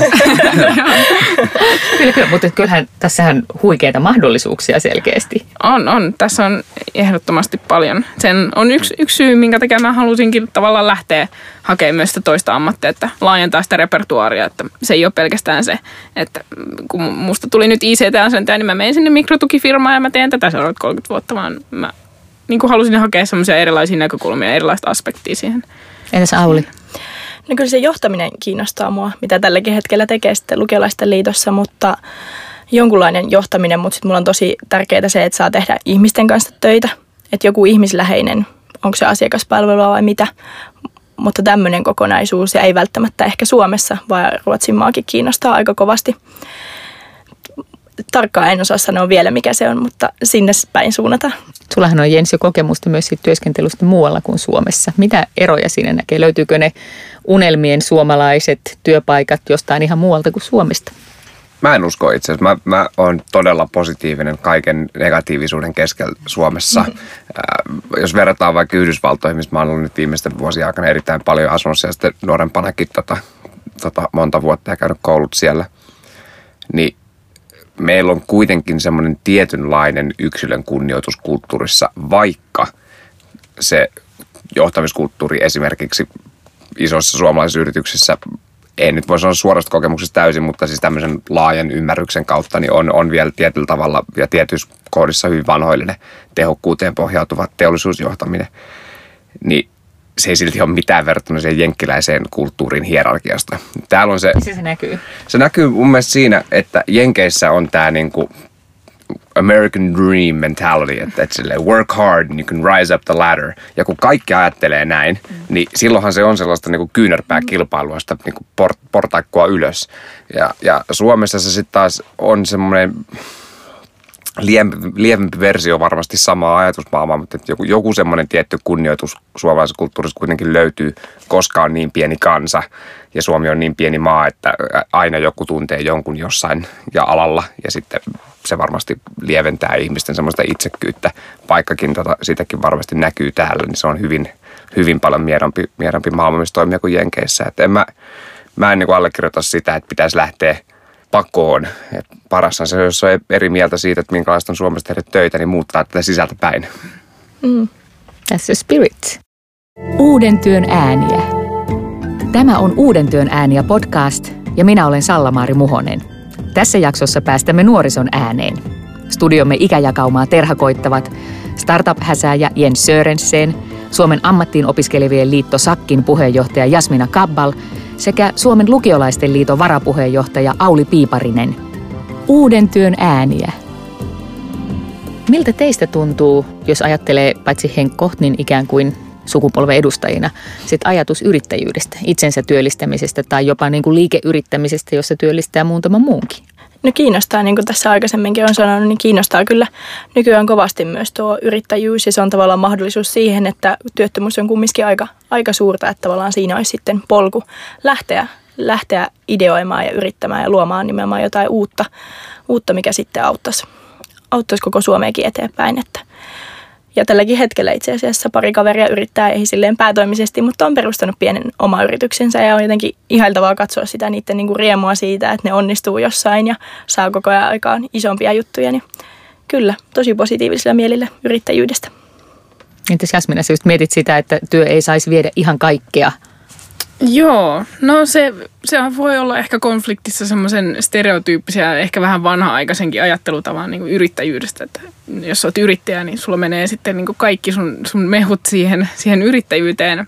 Kyllä, kyllä, mutta kyllähän tässähän huikeita mahdollisuuksia selkeästi. On, on. Tässä on ehdottomasti paljon. Sen on yksi, yksi syy, minkä takia mä halusinkin tavallaan lähteä hakemaan myös sitä toista ammattia, että laajentaa sitä repertuaaria, että se ei ole pelkästään se, että kun musta tuli nyt I C T-asentaja, niin mä menen sinne mikrotukifirmaan ja mä teen tätä seuraavat kolmekymmentä vuotta, vaan mä niin kuin halusin hakea semmoisia erilaisia näkökulmia ja erilaista aspektia siihen. Entäs Auli? No kyllä se johtaminen kiinnostaa mua, mitä tälläkin hetkellä tekee sitten Lukiolaisten liitossa, mutta jonkunlainen johtaminen, mutta sitten mulla on tosi tärkeää se, että saa tehdä ihmisten kanssa töitä, että joku ihmisläheinen, onko se asiakaspalvelua vai mitä, mutta tämmöinen kokonaisuus ja ei välttämättä ehkä Suomessa, vaan Ruotsin maakin kiinnostaa aika kovasti. Tarkkaan en osaa sanoa vielä, mikä se on, mutta sinne päin suunnataan. Sullahan on, Jens, jo kokemusta myös siitä työskentelystä muualla kuin Suomessa. Mitä eroja siinä näkee? Löytyykö ne unelmien suomalaiset työpaikat jostain ihan muualta kuin Suomesta? Mä en usko itse asiassa. Mä, mä oon todella positiivinen kaiken negatiivisuuden keskellä Suomessa. Mm-hmm. Äh, jos verrataan vaikka Yhdysvaltoihin, missä mä oon ollut nyt viimeisten vuosien aikana erittäin paljon asunut ja sitten nuorempanakin tota, tota, monta vuotta ja käynyt koulut siellä, niin meillä on kuitenkin semmoinen tietynlainen yksilön kunnioitus kulttuurissa, vaikka se johtamiskulttuuri esimerkiksi isoissa suomalaisissa yrityksissä, ei nyt voi sanoa suorasta kokemuksesta täysin, mutta siis tämmöisen laajan ymmärryksen kautta niin on, on vielä tietyllä tavalla ja tietyissä kohdissa hyvin vanhoillinen tehokkuuteen pohjautuva teollisuusjohtaminen, niin se ei silti ole mitään verrattuna siihen jenkkiläiseen kulttuurin hierarkiasta. Täällä on se, Missä se näkyy? Se näkyy mun mielestä siinä, että Jenkeissä on tämä niinku American Dream mentality, että, että silleen work hard and you can rise up the ladder. Ja kun kaikki ajattelee näin, mm. niin silloinhan se on sellaista niinku kyynärpääkilpailua, sitä niinku port, portaikkua ylös. Ja, ja Suomessa se sitten taas on semmoinen lievempi versio varmasti samaa ajatusmaailmaa, mutta joku, joku semmoinen tietty kunnioitus suomalaisessa kulttuurissa kuitenkin löytyy, koska on niin pieni kansa ja Suomi on niin pieni maa, että aina joku tuntee jonkun jossain ja alalla ja sitten se varmasti lieventää ihmisten semmoista itsekkyyttä, vaikkakin tota, sitäkin varmasti näkyy täällä, niin se on hyvin, hyvin paljon miedompi, miedompi maailma, missä toimia kuin Jenkeissä. Et en mä, mä en niin kuin allekirjoita sitä, että pitäisi lähteä pakoon. Et parashan se, jos on eri mieltä siitä, että minkälaista on Suomessa tehdä töitä, niin muuttaa tätä sisältä päin. Mm. That's the spirit. Uuden työn ääniä. Tämä on Uuden työn ääniä podcast ja minä olen Salla-Maari Muhonen. Tässä jaksossa päästämme nuorison ääneen. Studiomme ikäjakaumaa terhakoittavat startup-häsääjä Jens Sörensen, Suomen ammattiin opiskelevien liitto Sakkin puheenjohtaja Jasmina Kabbal sekä Suomen lukiolaisten liiton varapuheenjohtaja Auli Piiparinen. Uuden työn ääniä. Miltä teistä tuntuu, jos ajattelee paitsi Henkko, niin ikään kuin sukupolven edustajina, sit ajatus yrittäjyydestä, itsensä työllistämisestä tai jopa niin kuin liikeyrittämisestä, jossa työllistää muutaman muunkin? No kiinnostaa, niin kuin tässä aikaisemminkin olen sanonut, niin kiinnostaa kyllä nykyään kovasti myös tuo yrittäjyys ja se on tavallaan mahdollisuus siihen, että työttömyys on kumminkin aika, aika suurta, että tavallaan siinä olisi sitten polku lähteä, lähteä ideoimaan ja yrittämään ja luomaan nimenomaan jotain uutta, uutta mikä sitten auttaisi, auttaisi koko Suomeakin eteenpäin. Että ja tälläkin hetkellä itse asiassa pari kaveria yrittää, ei silleen päätoimisesti, mutta on perustanut pienen oma yrityksensä ja on jotenkin ihailtavaa katsoa sitä niiden niin kuin riemua siitä, että ne onnistuu jossain ja saa koko ajan aikaan isompia juttuja. Niin kyllä, tosi positiivisilla mielillä yrittäjyydestä. Entäs Jasmina, sä just mietit sitä, että työ ei saisi viedä ihan kaikkea? Joo, no se, se voi olla ehkä konfliktissa semmoisen stereotyyppisiä, ehkä vähän vanha-aikaisenkin ajattelutavan niin kuin yrittäjyydestä. Että jos olet yrittäjä, niin sulla menee sitten niin kuin kaikki sun, sun mehut siihen, siihen yrittäjyyteen.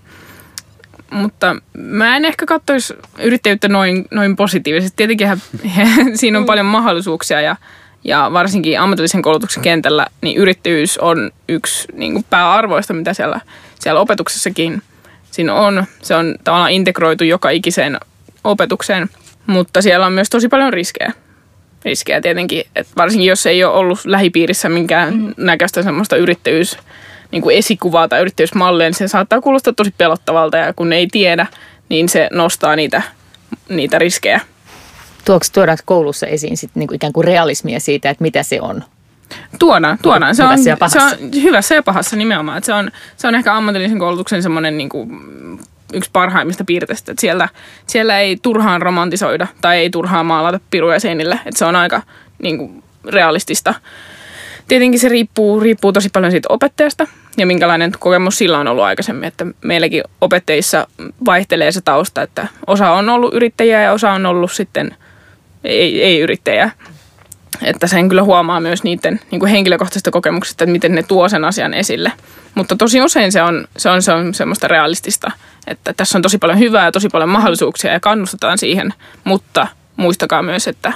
Mutta mä en ehkä katsoisi yrittäjyyttä noin, noin positiivisesti. Tietenkin siinä on paljon mahdollisuuksia ja, ja varsinkin ammatillisen koulutuksen kentällä niin yrittäjyys on yksi niin kuin pääarvoista, mitä siellä, siellä opetuksessakin siinä on. Se on tavallaan integroitu joka ikiseen opetukseen, mutta siellä on myös tosi paljon riskejä. Riskejä tietenkin, että varsinkin jos ei ole ollut lähipiirissä minkään mm. näköistä semmoista yrittäjyys, niin kuin esikuvaa tai yrittäjyysmallia, niin se saattaa kuulostaa tosi pelottavalta ja kun ei tiedä, niin se nostaa niitä, niitä riskejä. Tuoks, tuodaanko koulussa esiin sit niinku ikään kuin realismia siitä, että mitä se on? Tuodaan, tuodaan. Se hyvässä on, ja pahassa. Se on hyvässä ja pahassa nimenomaan. Se on, se on ehkä ammatillisen koulutuksen semmoinen niin kuin yksi parhaimmista piirteistä. Että siellä, siellä ei turhaan romantisoida tai ei turhaan maalata piruja seinille. Että se on aika niin kuin realistista. Tietenkin se riippuu, riippuu tosi paljon siitä opettajasta ja minkälainen kokemus sillä on ollut aikaisemmin. Että meilläkin opettajissa vaihtelee se tausta, että osa on ollut yrittäjiä ja osa on ollut sitten ei, ei yrittäjiä. Että sen kyllä huomaa myös niiden niin kuin henkilökohtaisista kokemuksista, että miten ne tuo sen asian esille. Mutta tosi usein se on, se on, se on semmoista realistista, että tässä on tosi paljon hyvää ja tosi paljon mahdollisuuksia ja kannustetaan siihen. Mutta muistakaa myös, että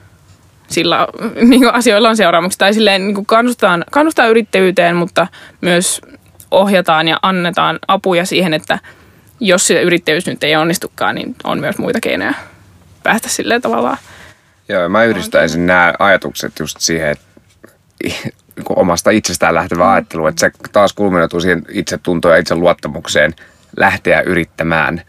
sillä niin kuin asioilla on seuraamuksia. Tai silleen niin kuin kannustetaan, kannustetaan yrittäjyyteen, mutta myös ohjataan ja annetaan apuja siihen, että jos se yrittäjyys nyt ei onnistukaan, niin on myös muita keinoja päästä silleen tavallaan. Joo, mä yhdistäisin nämä ajatukset just siihen, että omasta itsestään lähtevä ajattelu, että se taas kulminoituu siihen itsetuntoon ja itseluottamukseen lähteä yrittämään.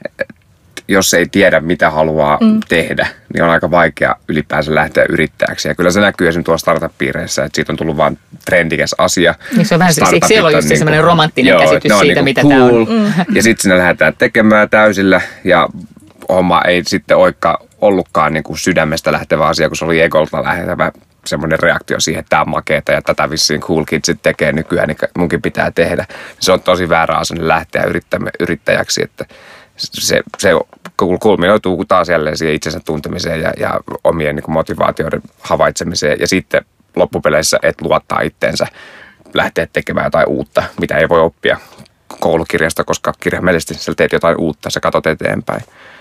Jos ei tiedä, mitä haluaa mm. tehdä, niin on aika vaikea ylipäänsä lähteä yrittäjäksi. Ja kyllä se näkyy esimerkiksi tuolla startup-piireissä, että siitä on tullut vaan trendikäs asia. Niin se on vähän se, siellä on just niin semmoinen romanttinen joo, käsitys siitä, niin mitä cool. tämä on. Mm. Ja sitten sinne lähdetään tekemään täysillä ja homma ei sitten olekaan ollutkaan niin kuin sydämestä lähtevä asia, kun se oli egolta lähtevä semmoinen reaktio siihen, että tämä on makeeta ja tätä vissiin cool kidsit tekee nykyään, niin munkin pitää tehdä. Se on tosi väärä asenne lähteä yrittäjäksi, että se, se kulminoituu taas jälleen siihen itsensä tuntemiseen ja, ja omien niin kuin motivaatioiden havaitsemiseen ja sitten loppupeleissä et luottaa itteensä lähteä tekemään jotain uutta, mitä ei voi oppia koulukirjasta, koska kirjaimellisesti sä teet jotain uutta, sä katot eteenpäin.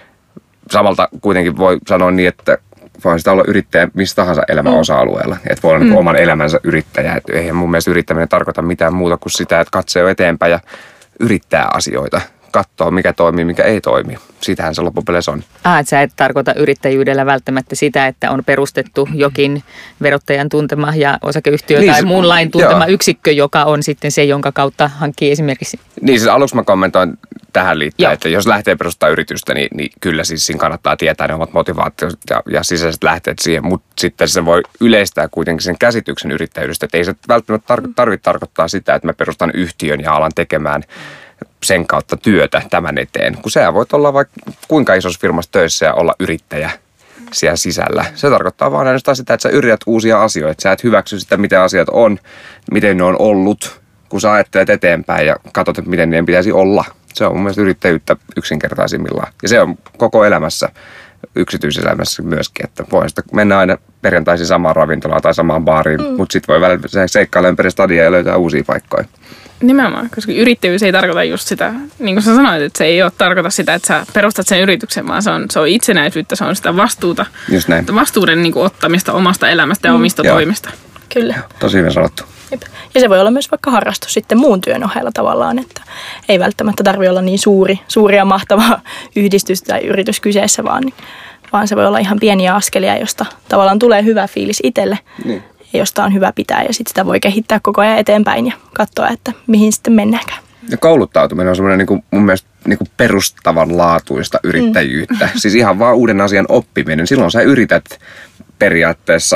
Samalta kuitenkin voi sanoa niin, että voi sitä olla yrittäjä missä tahansa elämän osa-alueella. Että voi olla mm. niin oman elämänsä yrittäjä. Et eihän mun mielestä yrittäminen tarkoita mitään muuta kuin sitä, että katsoo eteenpäin ja yrittää asioita. Katsoo, mikä toimii, mikä ei toimi. Siitähän se loppupeleissä on. Ah, että sä et tarkoita yrittäjyydellä välttämättä sitä, että on perustettu jokin verottajan tuntema ja osakeyhtiö niin, tai se, muun lain tuntema joo. yksikkö, joka on sitten se, jonka kautta hankkii esimerkiksi. Niin siis aluksi mä kommentoin tähän liittyen, joo. että jos lähtee perustaa yritystä, niin, niin kyllä siis siinä kannattaa tietää ne omat motivaatiot ja, ja sisäiset lähteet siihen, mutta sitten se voi yleistää kuitenkin sen käsityksen yrittäjyydestä, että ei se välttämättä tar- tarvitse tarkoittaa sitä, että mä perustan yhtiön ja alan tekemään sen kautta työtä tämän eteen, kun sä voit olla vaikka kuinka isossa firmassa töissä ja olla yrittäjä siellä sisällä. Se tarkoittaa vaan ainoastaan sitä, että sä yrität uusia asioita. Sä et hyväksy sitä, miten asiat on, miten ne on ollut, kun sä ajattelet eteenpäin ja katsot, että miten niiden pitäisi olla. Se on mun mielestä yrittäjyyttä yksinkertaisimmillaan. Ja se on koko elämässä, yksityiselämässä myöskin, että voi sitä mennä aina perjantaisin samaan ravintolaan tai samaan baariin, mm. mutta sitten voi välillä seikkailla ympäri stadia ja löytää uusia paikkoja. Nimenomaan, koska yrittäjyys ei tarkoita just sitä, niin kuin sä sanoit, että se ei ole tarkoita sitä, että sä perustat sen yrityksen, vaan se on, se on itsenäisyyttä, se on sitä vastuuta, vastuuden niin kuin ottamista omasta elämästä ja mm. omista Joo. toimista. Kyllä. Tosi hyvin sanottu. Jep. Ja se voi olla myös vaikka harrastus sitten muun työn ohella tavallaan, että ei välttämättä tarvitse olla niin suuri, suuri ja mahtava yhdistys tai yritys kyseessä, vaan, vaan se voi olla ihan pieniä askelia, josta tavallaan tulee hyvä fiilis itselle niin. Ja josta on hyvä pitää ja sitten sitä voi kehittää koko ajan eteenpäin ja katsoa, että mihin sitten mennäänkään. Ja kouluttautuminen on semmoinen niin kuin, mun mielestä niin kuin perustavanlaatuista yrittäjyyttä. Mm. Siis ihan vaan uuden asian oppiminen. Silloin sä yrität periaatteessa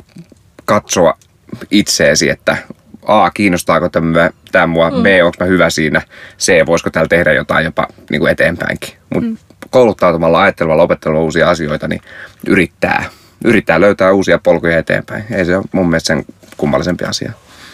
katsoa itseesi, että A, kiinnostaako tämä, tämä mua, mm. B, onko mä hyvä siinä, C, voisiko täällä tehdä jotain jopa niin kuin eteenpäinkin. Mutta mm. kouluttautumalla, ajattelemalla, opettelemalla uusia asioita, niin yrittää, yrittää löytää uusia polkuja eteenpäin. Ei se ole mun mielestä sen kummallisempi asia.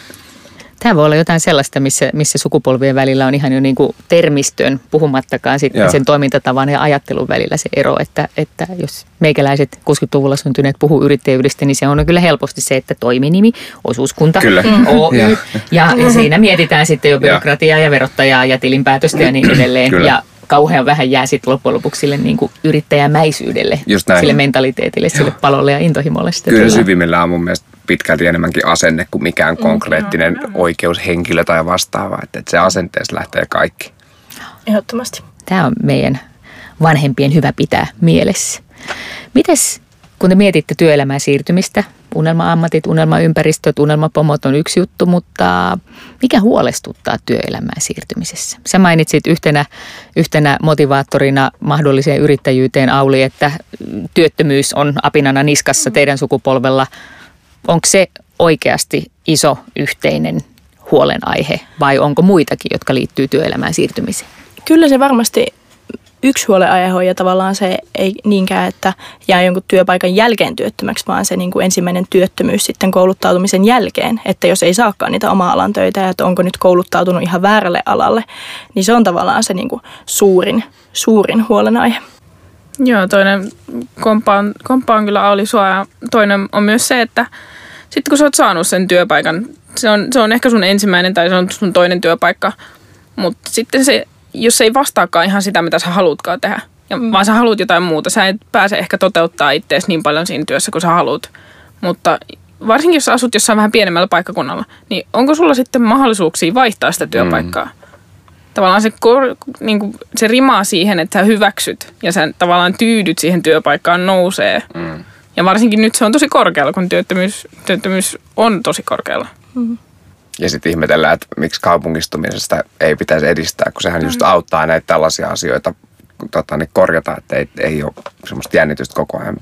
Tämä voi olla jotain sellaista, missä, missä sukupolvien välillä on ihan jo niin kuin termistön, puhumattakaan sitten Joo. sen toimintatavan ja ajattelun välillä se ero, että, että jos meikäläiset kuusikymmentäluvulla syntyneet puhuu yrittäjyydestä, niin se on kyllä helposti se, että toiminimi, osuuskunta, kyllä. Oy, ja, ja, ja siinä mietitään sitten jo byrokratiaa ja verottajaa ja tilinpäätöstä ja niin edelleen. Kyllä. Ja kauhean vähän jää sitten loppujen lopuksi sille niin kuin yrittäjämäisyydelle, sille mentaliteetille, sille Joo. palolle ja intohimolle. Kyllä syvimmillään on mun mielestä pitkälti enemmänkin asenne kuin mikään konkreettinen mm. oikeushenkilö tai vastaava. Että, että se asenteessa lähtee kaikki. Ehdottomasti. Tämä on meidän vanhempien hyvä pitää mielessä. Mites, kun te mietitte työelämään siirtymistä, unelma-ammatit, unelmaympäristöt, unelmapomot on yksi juttu, mutta mikä huolestuttaa työelämään siirtymisessä? Sä mainitsit yhtenä, yhtenä motivaattorina mahdolliseen yrittäjyyteen, Auli, että työttömyys on apinana niskassa teidän sukupolvella. Onko se oikeasti iso yhteinen huolenaihe vai onko muitakin, jotka liittyy työelämään siirtymiseen? Kyllä se varmasti yksi huolenaihe on ja tavallaan se ei niinkään, että jää jonkun työpaikan jälkeen työttömäksi, vaan se niin kuin ensimmäinen työttömyys sitten kouluttautumisen jälkeen. Että jos ei saakaan niitä oma-alan töitä, että onko nyt kouluttautunut ihan väärälle alalle, niin se on tavallaan se niin kuin suurin, suurin huolenaihe. Joo, toinen kompaan, kompaan kyllä Auli sua ja toinen on myös se, että sitten kun sä oot saanut sen työpaikan, se on, se on ehkä sun ensimmäinen tai se on sun toinen työpaikka, mutta sitten se, jos se ei vastaakaan ihan sitä, mitä sä haluutkaan tehdä, ja mm. vaan sä haluut jotain muuta, sä et pääse ehkä toteuttaa itseäsi niin paljon siinä työssä, kun sä haluut, mutta varsinkin jos sä asut jossain vähän pienemmällä paikkakunnalla, niin onko sulla sitten mahdollisuuksia vaihtaa sitä työpaikkaa? Mm. Tavallaan se, kor, niin kuin se rimaa siihen, että sä hyväksyt ja sä tavallaan tyydyt siihen työpaikkaan nousee. Mm. Ja varsinkin nyt se on tosi korkealla, kun työttömyys, työttömyys on tosi korkealla. Mm. Ja sitten ihmetellään, että miksi kaupungistumisesta ei pitäisi edistää, kun sehän just auttaa näitä tällaisia asioita tota, niin korjata, että ei, ei ole semmoista jännitystä koko ajan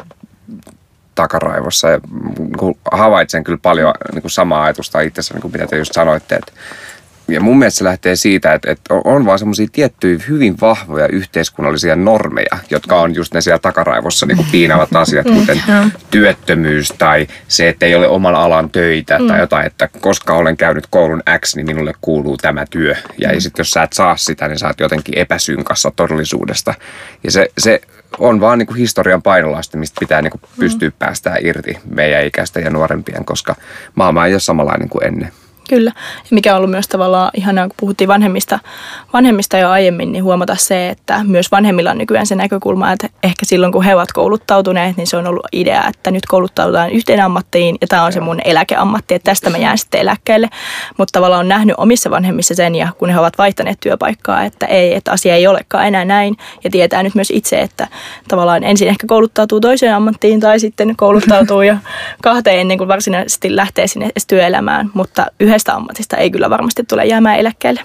takaraivossa. Ja havaitsen kyllä paljon niin kuin samaa ajatusta itsessä, niin kuin mitä te just sanoitte, että ja mun mielestä se lähtee siitä, että, että on vaan semmoisia tiettyjä hyvin vahvoja yhteiskunnallisia normeja, jotka on just ne siellä takaraivossa niin kuin piinavat asiat, kuten työttömyys tai se, että ei ole oman alan töitä tai jotain, että koska olen käynyt koulun X, niin minulle kuuluu tämä työ. Ja sitten jos sä et saa sitä, niin sä oot jotenkin epäsynkassa todellisuudesta. Ja se, se on vaan niin kuin historian painolasti, mistä pitää niin kuin pystyä päästään irti meidän ikäistä ja nuorempien, koska maailma ei ole samanlainen kuin ennen. Kyllä. Ja mikä on ollut myös tavallaan ihanaa, kun puhuttiin vanhemmista, vanhemmista jo aiemmin, niin huomata se, että myös vanhemmilla on nykyään se näkökulma, että ehkä silloin kun he ovat kouluttautuneet, niin se on ollut idea, että nyt kouluttaudutaan yhteen ammattiin ja tämä on se mun eläkeammatti, että tästä mä jään sitten eläkkeelle. Mutta tavallaan on nähnyt omissa vanhemmissa sen ja kun he ovat vaihtaneet työpaikkaa, että ei, että asia ei olekaan enää näin ja tietää nyt myös itse, että tavallaan ensin ehkä kouluttautuu toiseen ammattiin tai sitten kouluttautuu jo kahteen ennen kuin varsinaisesti lähtee sinne työelämään, mutta yhdessä ammatista ei kyllä varmasti tule jäämään eläkkeelle.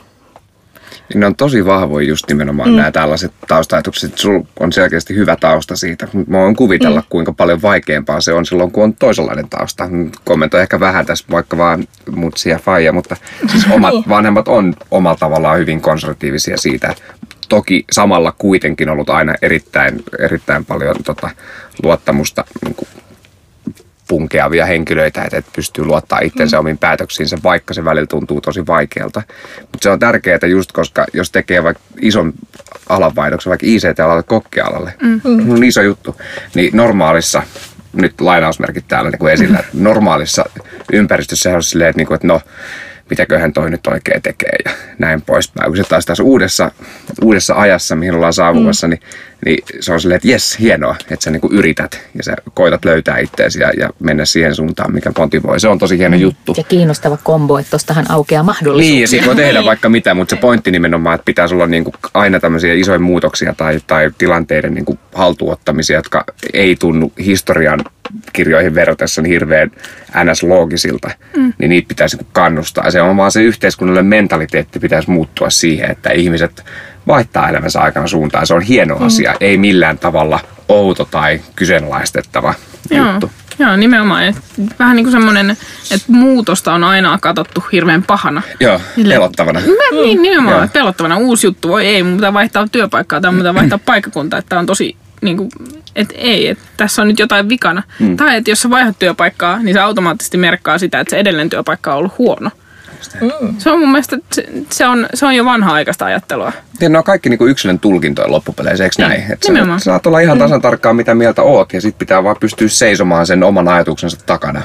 Ne on tosi vahvoja just nimenomaan mm. nämä tällaiset tausta-ajatukset. Sulla on selkeästi hyvä tausta siitä. Mä voin kuvitella, mm. kuinka paljon vaikeampaa se on silloin, kun on toisenlainen tausta. Kommentoi ehkä vähän tässä, vaikka vaan mutsi ja faija, mutta siis omat vanhemmat on omalla tavallaan hyvin konservatiivisia siitä. Toki samalla kuitenkin ollut aina erittäin, erittäin paljon tota, luottamusta niin kuin punkeavia henkilöitä, että et pystyy luottaa itsensä omiin päätöksiinsä, vaikka se välillä tuntuu tosi vaikealta. Mutta se on tärkeää just, koska jos tekee vaikka ison alanvaihdoksen, vaikka I C T-alalle kokkealalle, mm-hmm. on iso juttu, niin normaalissa, nyt lainausmerkit täällä niin kuin esillä, että normaalissa ympäristössä on silleen, että, niin kuin, että no, mitäköhän toi nyt oikein tekee ja näin poispäin. Kun se taas taas uudessa, uudessa ajassa, mihin ollaan saavumassa, mm. niin, niin se on silleen, että jes, hienoa, että sä niinku yrität ja sä koitat löytää itseäsi ja, ja mennä siihen suuntaan, mikä motivoi. Se on tosi hieno juttu. Ja kiinnostava kombo, että tostahan aukeaa mahdollisuus. Niin, ja siitä voi tehdä vaikka mitä, mutta se pointti nimenomaan, että pitäisi olla niinku aina tämmöisiä isoja muutoksia tai, tai tilanteiden niinku haltuottamisia, jotka ei tunnu historian kirjoihin verratessa niin hirveän ns-loogisilta, mm. niin niitä pitäisi kannustaa. Se on vaan se yhteiskunnallinen mentaliteetti pitäisi muuttua siihen, että ihmiset vaihtaa elämänsä aikana suuntaan. Se on hieno mm. asia, ei millään tavalla outo tai kyseenalaistettava Joo. juttu. Joo, nimenomaan. Et vähän niin kuin semmoinen, että muutosta on aina katsottu hirveän pahana. Joo, pelottavana. Mä, niin, nimenomaan, että pelottavana. Uusi juttu, voi ei, mun pitää vaihtaa työpaikkaa tai mun pitää vaihtaa paikkakuntaa, että on tosi niin kuin, että ei, että tässä on nyt jotain vikana. Mm. Tai että jos sä vaihdat työpaikkaa, niin se automaattisesti merkkaa sitä, että se edellinen työpaikka on ollut huono. Mm. Se on mun mielestä, se on, se on jo vanha-aikaista ajattelua. Ja ne on kaikki niin kuin yksilön tulkintoja loppupeleissä, eikö näin? Että nimenomaan. Sä saat olla ihan tasan tarkkaan, mitä mieltä oot, ja sit pitää vaan pystyä seisomaan sen oman ajatuksensa takana.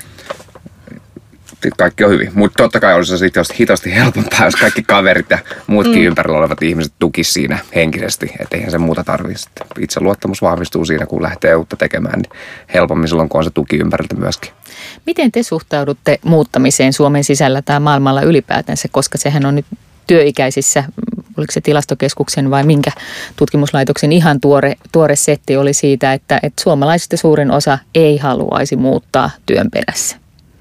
Sitten kaikki on hyvin. Mutta totta kai olisi se sitten hitosti helpompaa, jos kaikki kaverit ja muutkin mm. ympärillä olevat ihmiset tukis siinä henkisesti. Että eihän se muuta tarvitse. Itseluottamus vahvistuu siinä, kun lähtee uutta tekemään, niin helpommin silloin, kun on se tuki ympäriltä myöskin. Miten te suhtaudutte muuttamiseen Suomen sisällä tai maailmalla ylipäätänsä, koska sehän on nyt työikäisissä, oliko se Tilastokeskuksen vai minkä tutkimuslaitoksen ihan tuore, tuore setti oli siitä, että, että suomalaisista suurin osa ei haluaisi muuttaa työn perässä.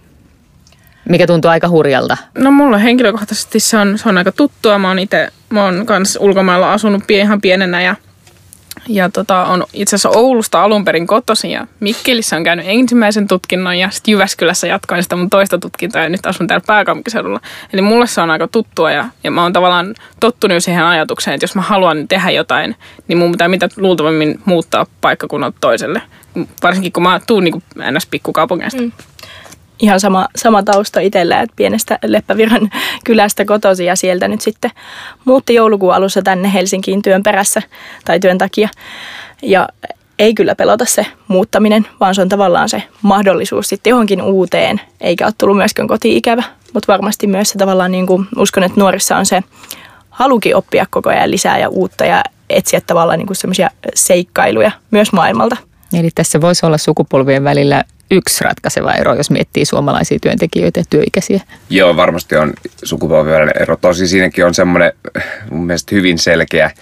Mikä tuntuu aika hurjalta? No mulle henkilökohtaisesti se on, se on aika tuttua. Mä oon itse, mä oon kans ulkomailla asunut pie, ihan pienenä ja, ja tota, on itse asiassa Oulusta alun perin kotoisin ja Mikkelissä on käynyt ensimmäisen tutkinnon ja sitten Jyväskylässä jatkoin sitä mun toista tutkintoa ja nyt asun täällä pääkaupunkiseudulla. Eli mulle se on aika tuttua ja, ja mä oon tavallaan tottunut siihen ajatukseen, että jos mä haluan tehdä jotain, niin mun pitää mitä luultavimmin muuttaa paikkakunnalta toiselle. Varsinkin kun mä tuun niin kuin ns. Pikkukaupungeista. Mm. Ihan sama, sama tausta itsellä, että pienestä Leppävirran kylästä kotoisin ja sieltä nyt sitten muutti joulukuun alussa tänne Helsinkiin työn perässä tai työn takia. Ja ei kyllä pelota se muuttaminen, vaan se on tavallaan se mahdollisuus sitten johonkin uuteen, eikä ole tullut myöskään koti-ikävä. Mutta varmasti myös se tavallaan, niin kuin uskon, että nuorissa on se halukin oppia koko ajan lisää ja uutta ja etsiä tavallaan niin kuin semmoisia seikkailuja myös maailmalta. Eli tässä voisi olla sukupolvien välillä yksi ratkaiseva ero, jos miettii suomalaisia työntekijöitä ja työikäisiä. Joo, varmasti on sukupolvien välinen ero. Tosi siinäkin on semmoinen mun mielestä hyvin selkeä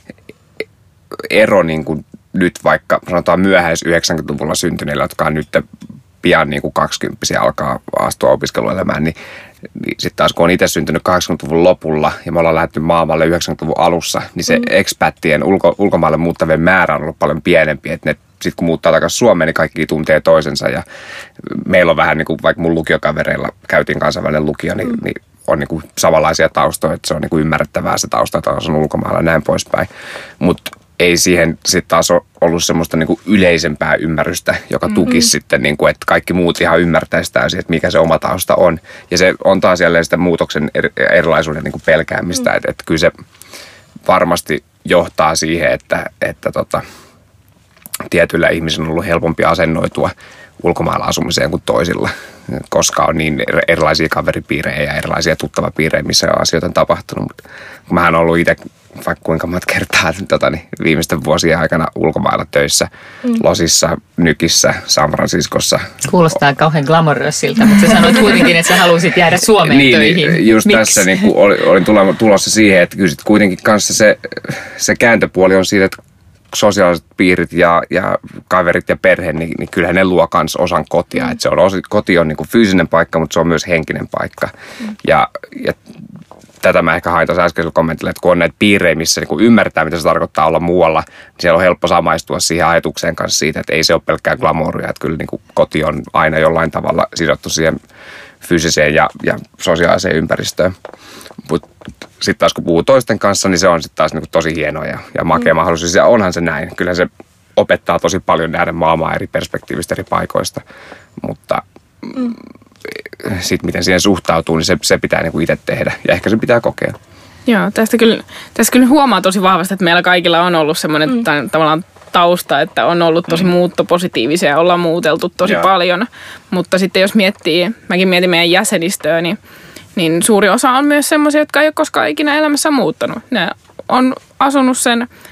ero niin kuin nyt vaikka sanotaan myöhäis yhdeksänkymmentäluvulla syntyneillä, jotka on nyt pian niin kuin kaksikymppisiä alkaa astua opiskeluelämään, niin, niin sitten taas kun on itse syntynyt kahdeksankymmentäluvun lopulla ja me ollaan lähdetty maailmalle yhdeksänkymmentäluvun alussa, niin se mm. expattien ulko, ulkomaille muuttavien määrä on ollut paljon pienempi, että ne sitten kun muuttaa takaisin Suomeen, niin kaikki tuntee toisensa ja meillä on vähän niin kuin vaikka mun lukiokavereilla käytiin kansainvälinen lukio, niin, mm. niin on niin kuin samanlaisia taustoja, että se on niin kuin ymmärrettävää se tausta, että on ulkomailla ja näin poispäin. Mutta ei siihen sitten taas ole ollut semmoista niin kuin yleisempää ymmärrystä, joka tukisi mm-hmm. sitten, niin kuin, että kaikki muut ihan ymmärtäisi täysin, että mikä se oma tausta on. Ja se on taas jälleen sitä muutoksen erilaisuuden niin kuin pelkäämistä, mm. että, että kyllä se varmasti johtaa siihen, että, että tota, tietyillä ihmisillä on ollut helpompi asennoitua ulkomailla asumiseen kuin toisilla, koska on niin erilaisia kaveripiirejä ja erilaisia tuttavapiirejä, missä on asioita tapahtunut. Mutta kun mähän olen ollut itse vaikka kuinka monta kertaa tota, niin viimeisten vuosien aikana ulkomailla töissä, mm. Losissa, Nykissä, San Franciscossa. Kuulostaa kauhean glamorössiltä, mutta sä sanoit kuitenkin, että sä halusit jäädä Suomeen niin, töihin. Niin, just Miks? Tässä niin olin tulossa siihen, että kyllä kuitenkin kanssa se, se kääntöpuoli on siitä, että sosiaaliset piirit ja, ja kaverit ja perhe, niin, niin kyllähän ne luo myös osan kotia. Mm. Et se on, koti on niin kuin fyysinen paikka, mutta se on myös henkinen paikka. Mm. Ja, ja tätä mä ehkä hain tuossa äskeisellä kommentilla, että kun on näitä piirejä, missä niin kun ymmärtää, mitä se tarkoittaa olla muualla, niin siellä on helppo samaistua siihen ajatukseen kanssa siitä, että ei se ole pelkkää glamouria, että kyllä niin kuin koti on aina jollain tavalla sidottu siihen fyysiseen ja, ja sosiaaliseen ympäristöön. Mutta sitten taas kun puhuu toisten kanssa, niin se on sitten taas niin kuin tosi hienoa ja, ja makea mm. mahdollisuus. Ja onhan se näin. Kyllä se opettaa tosi paljon nähdä maailmaa eri perspektiivistä, eri paikoista. Mutta mm. sitten miten siihen suhtautuu, niin se, se pitää niin kuin itse tehdä. Ja ehkä se pitää kokea. Joo, tästä kyllä, tästä kyllä huomaa tosi vahvasti, että meillä kaikilla on ollut semmoinen mm. tavallaan tausta, että on ollut tosi mm. muuttopositiivisia ja ollaan muuteltu tosi Joo. paljon. Mutta sitten jos miettii, mäkin mietin meidän jäsenistöä, niin niin suuri osa on myös semmoisia, jotka ei ole koskaan ikinä elämässä muuttanut. Ne on asunut sen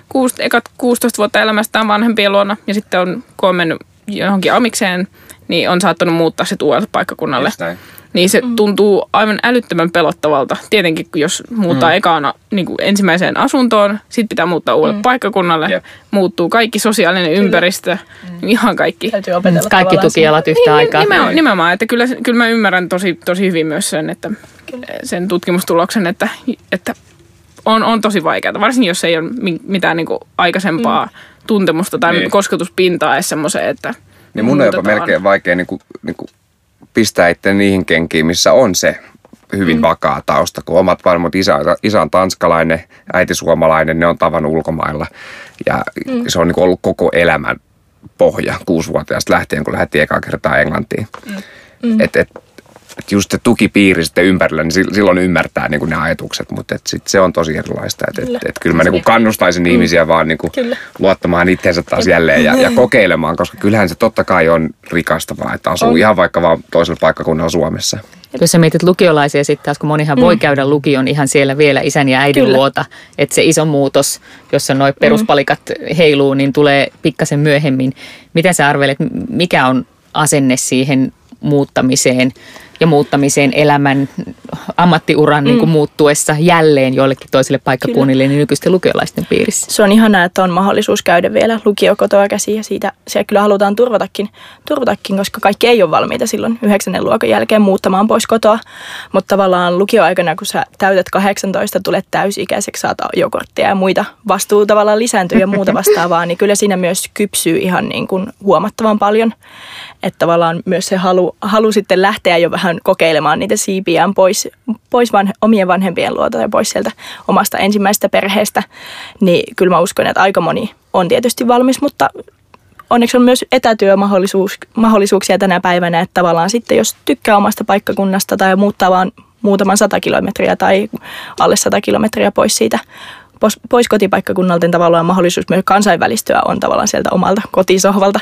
kuusi, ekat kuusitoista vuotta elämästään vanhempien luona ja sitten on, kun on mennyt johonkin amikseen, niin on saattanut muuttaa sitten uudelle paikkakunnalle. Niin se mm. tuntuu aivan älyttömän pelottavalta. Tietenkin, jos muuttaa mm. ekana niin kuin ensimmäiseen asuntoon, sitten pitää muuttaa uudelle mm. paikkakunnalle. Yep. Muuttuu kaikki sosiaalinen kyllä. ympäristö, mm. ihan kaikki. Kaikki tukialat yhtä niin, aikaa. Nimenomaan, nimenomaan, että kyllä, kyllä mä ymmärrän tosi, tosi hyvin myös sen, että, sen tutkimustuloksen, että, että on, on tosi vaikeaa. Varsinkin, jos ei ole mitään niin kuin aikaisempaa mm. tuntemusta tai niin. kosketuspintaa edes semmoiseen, että niin mun on jopa melkein vaikea niin kuin, niin kuin pistää itse niihin kenkiin, missä on se hyvin mm. vakaa tausta, kun omat varmot isä, isä on tanskalainen, äiti suomalainen, ne on tavannut ulkomailla ja mm. se on niin kuin ollut koko elämän pohja kuusivuotiaasta lähtien, kun lähdettiin ekaa kertaa Englantiin. Mm. Mm. Että et, et just se tukipiiri sitten ympärillä, niin silloin ymmärtää niin kuin ne ajatukset, mutta sit se on tosi erilaista. Että et, et kyllä mä niin kuin kannustaisin mm. ihmisiä vaan niin kuin luottamaan itseensä taas jälleen ja, ja kokeilemaan, koska kyllähän se totta kai on rikastavaa, että asuu on. ihan vaikka vaan toisella paikkakunnalla Suomessa. Jos sä mietit lukiolaisia sitten taas, kun monihan mm. voi käydä lukion ihan siellä vielä isän ja äidin kyllä. luota, että se iso muutos, jossa noi peruspalikat mm. heiluu, niin tulee pikkasen myöhemmin. Miten sä arvelet, mikä on asenne siihen muuttamiseen ja muuttamiseen elämän ammattiuran mm. niin kuin muuttuessa jälleen joillekin toisille paikkakunnille niin nykyisten lukiolaisten piirissä? Se on ihanaa, että on mahdollisuus käydä vielä lukio kotoa käsiin ja siitä siellä kyllä halutaan turvatakin, turvatakin, koska kaikki ei ole valmiita silloin yhdeksännen luokan jälkeen muuttamaan pois kotoa. Mutta tavallaan lukioaikana, kun sä täytät kahdeksantoista, tulet täysikäiseksi, saat ajokorttia ja muita vastuu tavallaan lisääntyy ja muuta vastaavaa, niin kyllä siinä myös kypsyy ihan niin kuin huomattavan paljon. Että tavallaan myös se halu, halu sitten lähteä jo vähän kokeilemaan niitä siipiään pois, pois vanhe, omien vanhempien luota ja pois sieltä omasta ensimmäisestä perheestä. Niin kyllä mä uskon, että aika moni on tietysti valmis, mutta onneksi on myös etätyömahdollisuuksia tänä päivänä. Että tavallaan sitten jos tykkää omasta paikkakunnasta tai muuttaa vaan muutaman sata kilometriä tai alle sata kilometriä pois siitä, pois kotipaikkakunnalta, tavallaan mahdollisuus myös kansainvälistyä on tavallaan sieltä omalta kotisohvalta.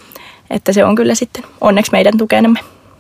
Että se on kyllä sitten onneksi meidän tukenamme.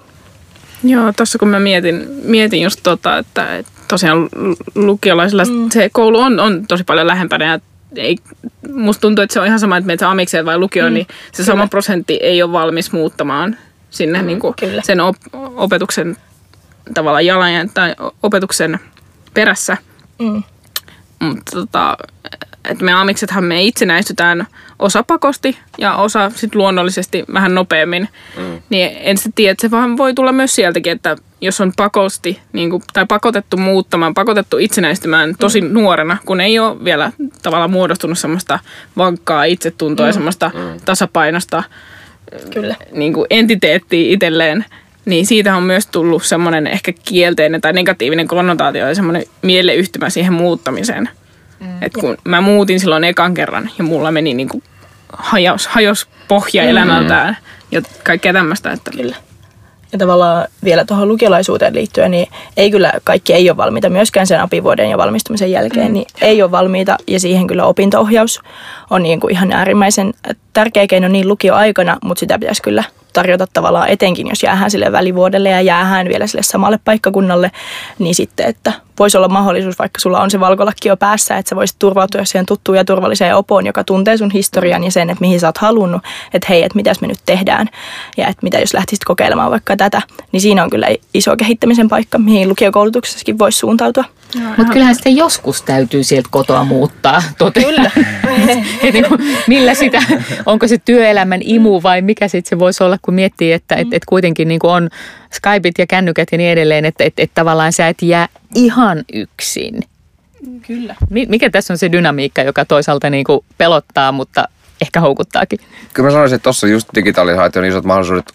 Joo, tuossa kun mä mietin, mietin just tota, että, että tosiaan lukiolaisilla mm. se koulu on, on tosi paljon lähempänä ja ei, musta tuntuu, että se on ihan sama, että menet amikseen vai lukioon, mm. niin se kyllä. sama prosentti ei ole valmis muuttamaan sinne mm, niin kuin sen op, opetuksen tavallaan jalan tai opetuksen perässä. Mm. Mutta tota, että me amiksethan me itsenäistytään osa pakosti ja osa sitten luonnollisesti vähän nopeammin. Mm. Niin en sitten tiedä, että se vaan voi tulla myös sieltäkin, että jos on pakosti niin kuin, tai pakotettu muuttamaan, pakotettu itsenäistymään tosi mm. nuorena, kun ei ole vielä tavallaan muodostunut semmoista vankkaa itsetuntoa mm. ja semmoista mm. tasapainosta Kyllä. Niin kuin entiteettiä itselleen, niin siitä on myös tullut semmoinen ehkä kielteinen tai negatiivinen konnotaatio ja semmoinen mieleyhtymä siihen muuttamiseen. Mm. Että kun mä muutin silloin ekan kerran ja mulla meni niin kuin hajos, hajos pohja elämältään mm. ja kaikkea tämmöistä. Että Kyllä. Ja tavallaan vielä tuohon lukiolaisuuteen liittyen, niin ei kyllä kaikki ei ole valmiita. Myöskään sen apivuoden ja valmistumisen jälkeen mm. niin ei ole valmiita. Ja siihen kyllä opinto-ohjaus on niin kuin ihan äärimmäisen tärkeä keino niin lukioaikana, mutta sitä pitäisi kyllä tarjota tavallaan etenkin, jos jäähän sille välivuodelle ja jäähän vielä sille samalle paikkakunnalle, niin sitten, että voisi olla mahdollisuus, vaikka sulla on se valkolakki jo päässä, että sä voisit turvautua siihen tuttuun ja turvalliseen opoon, joka tuntee sun historian ja sen, että mihin sä oot halunnut, että hei, että mitäs me nyt tehdään ja että mitä jos lähtisit kokeilemaan vaikka tätä, niin siinä on kyllä iso kehittämisen paikka, mihin lukiokoulutuksessakin voisi suuntautua. Mutta kyllähän sitten joskus täytyy sieltä kotoa muuttaa. Tote. Kyllä. niin kuin, millä sitä, onko se työelämän imu vai mikä sitten se voisi olla, kun miettii, että et, et kuitenkin niin kuin on Skypeit ja kännykät ja niin edelleen, että et, et tavallaan sä et jää ihan yksin. Kyllä. Mikä tässä on se dynamiikka, joka toisaalta niin kuin pelottaa, mutta ehkä houkuttaakin? Kyllä mä sanoisin, että tuossa just digitalisaation isot mahdollisuudet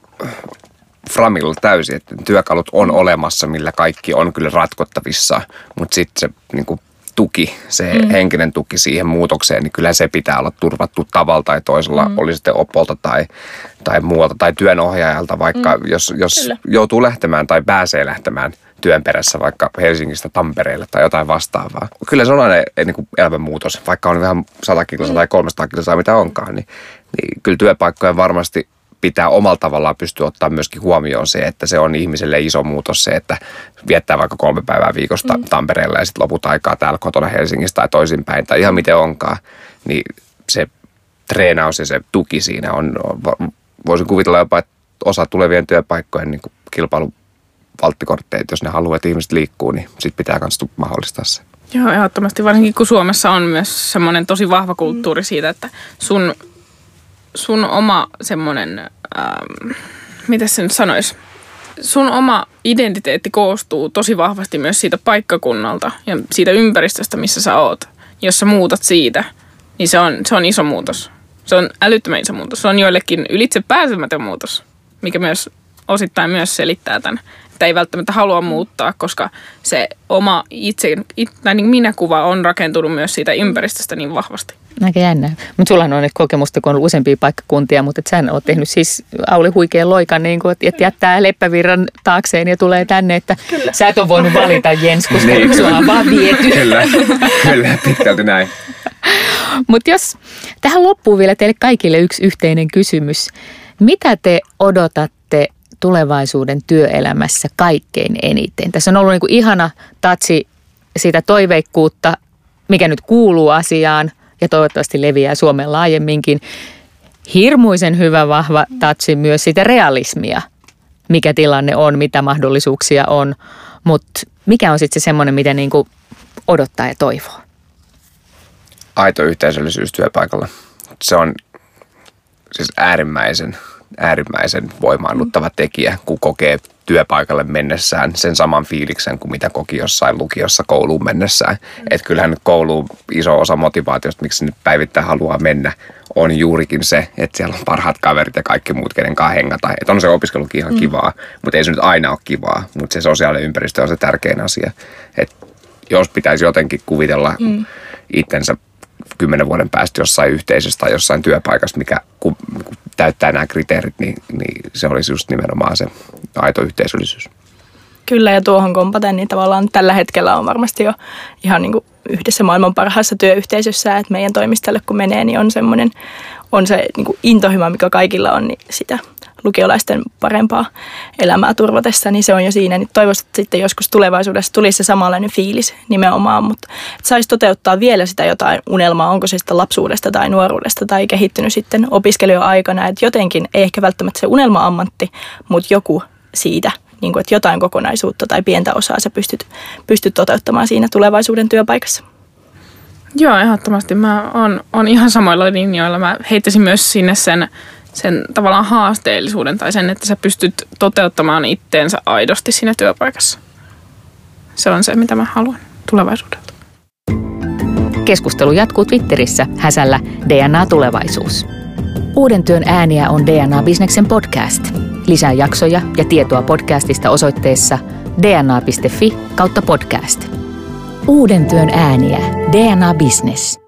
Framilla täysin, että työkalut on olemassa, millä kaikki on kyllä ratkottavissa, mutta sitten se niin kuin tuki, se mm. henkinen tuki siihen muutokseen, niin kyllä se pitää olla turvattu tavalla tai toisella, mm. oli sitten opolta tai, tai muualta tai työnohjaajalta, vaikka mm. jos, jos joutuu lähtemään tai pääsee lähtemään työn perässä vaikka Helsingistä Tampereelle tai jotain vastaavaa. Kyllä se on aina niin kuin elämänmuutos, vaikka on vähän sata kilsaa mm. tai kolmesataa kilsaa mitä onkaan, niin, niin kyllä työpaikkojen varmasti pitää omalla tavallaan pystyä ottaa myöskin huomioon se, että se on ihmiselle iso muutos se, että viettää vaikka kolme päivää viikosta mm. Tampereella ja sitten loput aikaa täällä kotona Helsingissä tai toisinpäin tai ihan miten onkaan, niin se treenaus ja se tuki siinä on, on voisin kuvitella jopa, että osa tulevien työpaikkojen niin kilpailuvalttikortteita, jos ne haluaa, että ihmiset liikkuu, niin sitten pitää myös mahdollistaa se. Joo, ehdottomasti. Varsinkin kun Suomessa on myös semmoinen tosi vahva kulttuuri siitä, että sun, sun oma semmoinen, ähm, mitä se nyt sanoisi, sun oma identiteetti koostuu tosi vahvasti myös siitä paikkakunnalta ja siitä ympäristöstä, missä sä oot. Jos sä muutat siitä, niin se on, se on iso muutos. Se on älyttömän iso muutos. Se on joillekin ylitse pääsemätön muutos, mikä myös osittain myös selittää tämän. Että ei välttämättä halua muuttaa, koska se oma itse, it, niin minäkuva on rakentunut myös siitä ympäristöstä niin vahvasti. Aika jännä. Mutta sulla on nyt kokemusta, kun on ollut useampia paikkakuntia, mutta et sä oot tehnyt siis Auli huikean loikan, niin kun, että jättää Leppävirran taakseen ja tulee tänne, että kyllä. Sä et ole voinut valita Jens, koska niin, sua on vaan viety. Kyllä, kyllä, pitkälti näin. Mutta jos tähän loppuu vielä teille kaikille yksi yhteinen kysymys. Mitä te odotatte tulevaisuuden työelämässä kaikkein eniten? Tässä on ollut niinku ihana tatsi siitä toiveikkuutta, mikä nyt kuuluu asiaan ja toivottavasti leviää Suomen laajemminkin. Hirmuisen hyvä, vahva tatsi myös sitä realismia, mikä tilanne on, mitä mahdollisuuksia on. Mutta mikä on sitten se semmoinen, mitä niinku odottaa ja toivoo? Aito yhteisöllisyys työpaikalla. Se on siis äärimmäisen, äärimmäisen voimaannuttava tekijä, kun kokee työpaikalle mennessään sen saman fiiliksen kuin mitä koki jossain lukiossa kouluun mennessään. Mm. Että kyllähän kouluun iso osa motivaatiosta, miksi nyt päivittäin haluaa mennä, on juurikin se, että siellä on parhaat kaverit ja kaikki muut, kenen kanssa hengata. Että on se opiskelukin ihan mm. kivaa, mutta ei se nyt aina ole kivaa. Mutta se sosiaalinen ympäristö on se tärkein asia. Että jos pitäisi jotenkin kuvitella mm. itsensä kymmenen vuoden päästä jossain yhteisössä tai jossain työpaikassa, mikä kun, kun täyttää nämä kriteerit, niin, niin se olisi just nimenomaan se aito yhteisöllisyys. Kyllä, ja tuohon kompaten, niin tavallaan tällä hetkellä on varmasti jo ihan niin kuin yhdessä maailman parhaassa työyhteisössä, että meidän toimistolle kun menee, niin on semmoinen, on se niin kuin intohimo, mikä kaikilla on, niin sitä lukiolaisten parempaa elämää turvatessa, niin se on jo siinä. Niin toivoisin, että sitten joskus tulevaisuudessa tulisi se samanlainen fiilis nimenomaan, mutta saisi toteuttaa vielä sitä jotain unelmaa, onko se sitten lapsuudesta tai nuoruudesta tai kehittynyt sitten opiskelijoaikana, että jotenkin ei ehkä välttämättä se unelma-ammatti, mutta joku siitä, niin kuin, että jotain kokonaisuutta tai pientä osaa sä pystyt, pystyt toteuttamaan siinä tulevaisuuden työpaikassa. Joo, ehdottomasti. Mä oon, oon ihan samoilla linjoilla. Mä heittäisin myös sinne sen sen tavallaan haasteellisuuden tai sen, että sä pystyt toteuttamaan itteensä aidosti siinä työpaikassa. Se on se, mitä mä haluan tulevaisuudelta. Keskustelu jatkuu Twitterissä häsällä D N A-tulevaisuus. Uuden työn ääniä on D N A-bisneksen podcast. Lisää jaksoja ja tietoa podcastista osoitteessa dna piste fi kautta podcast. Uuden työn ääniä. D N A Business.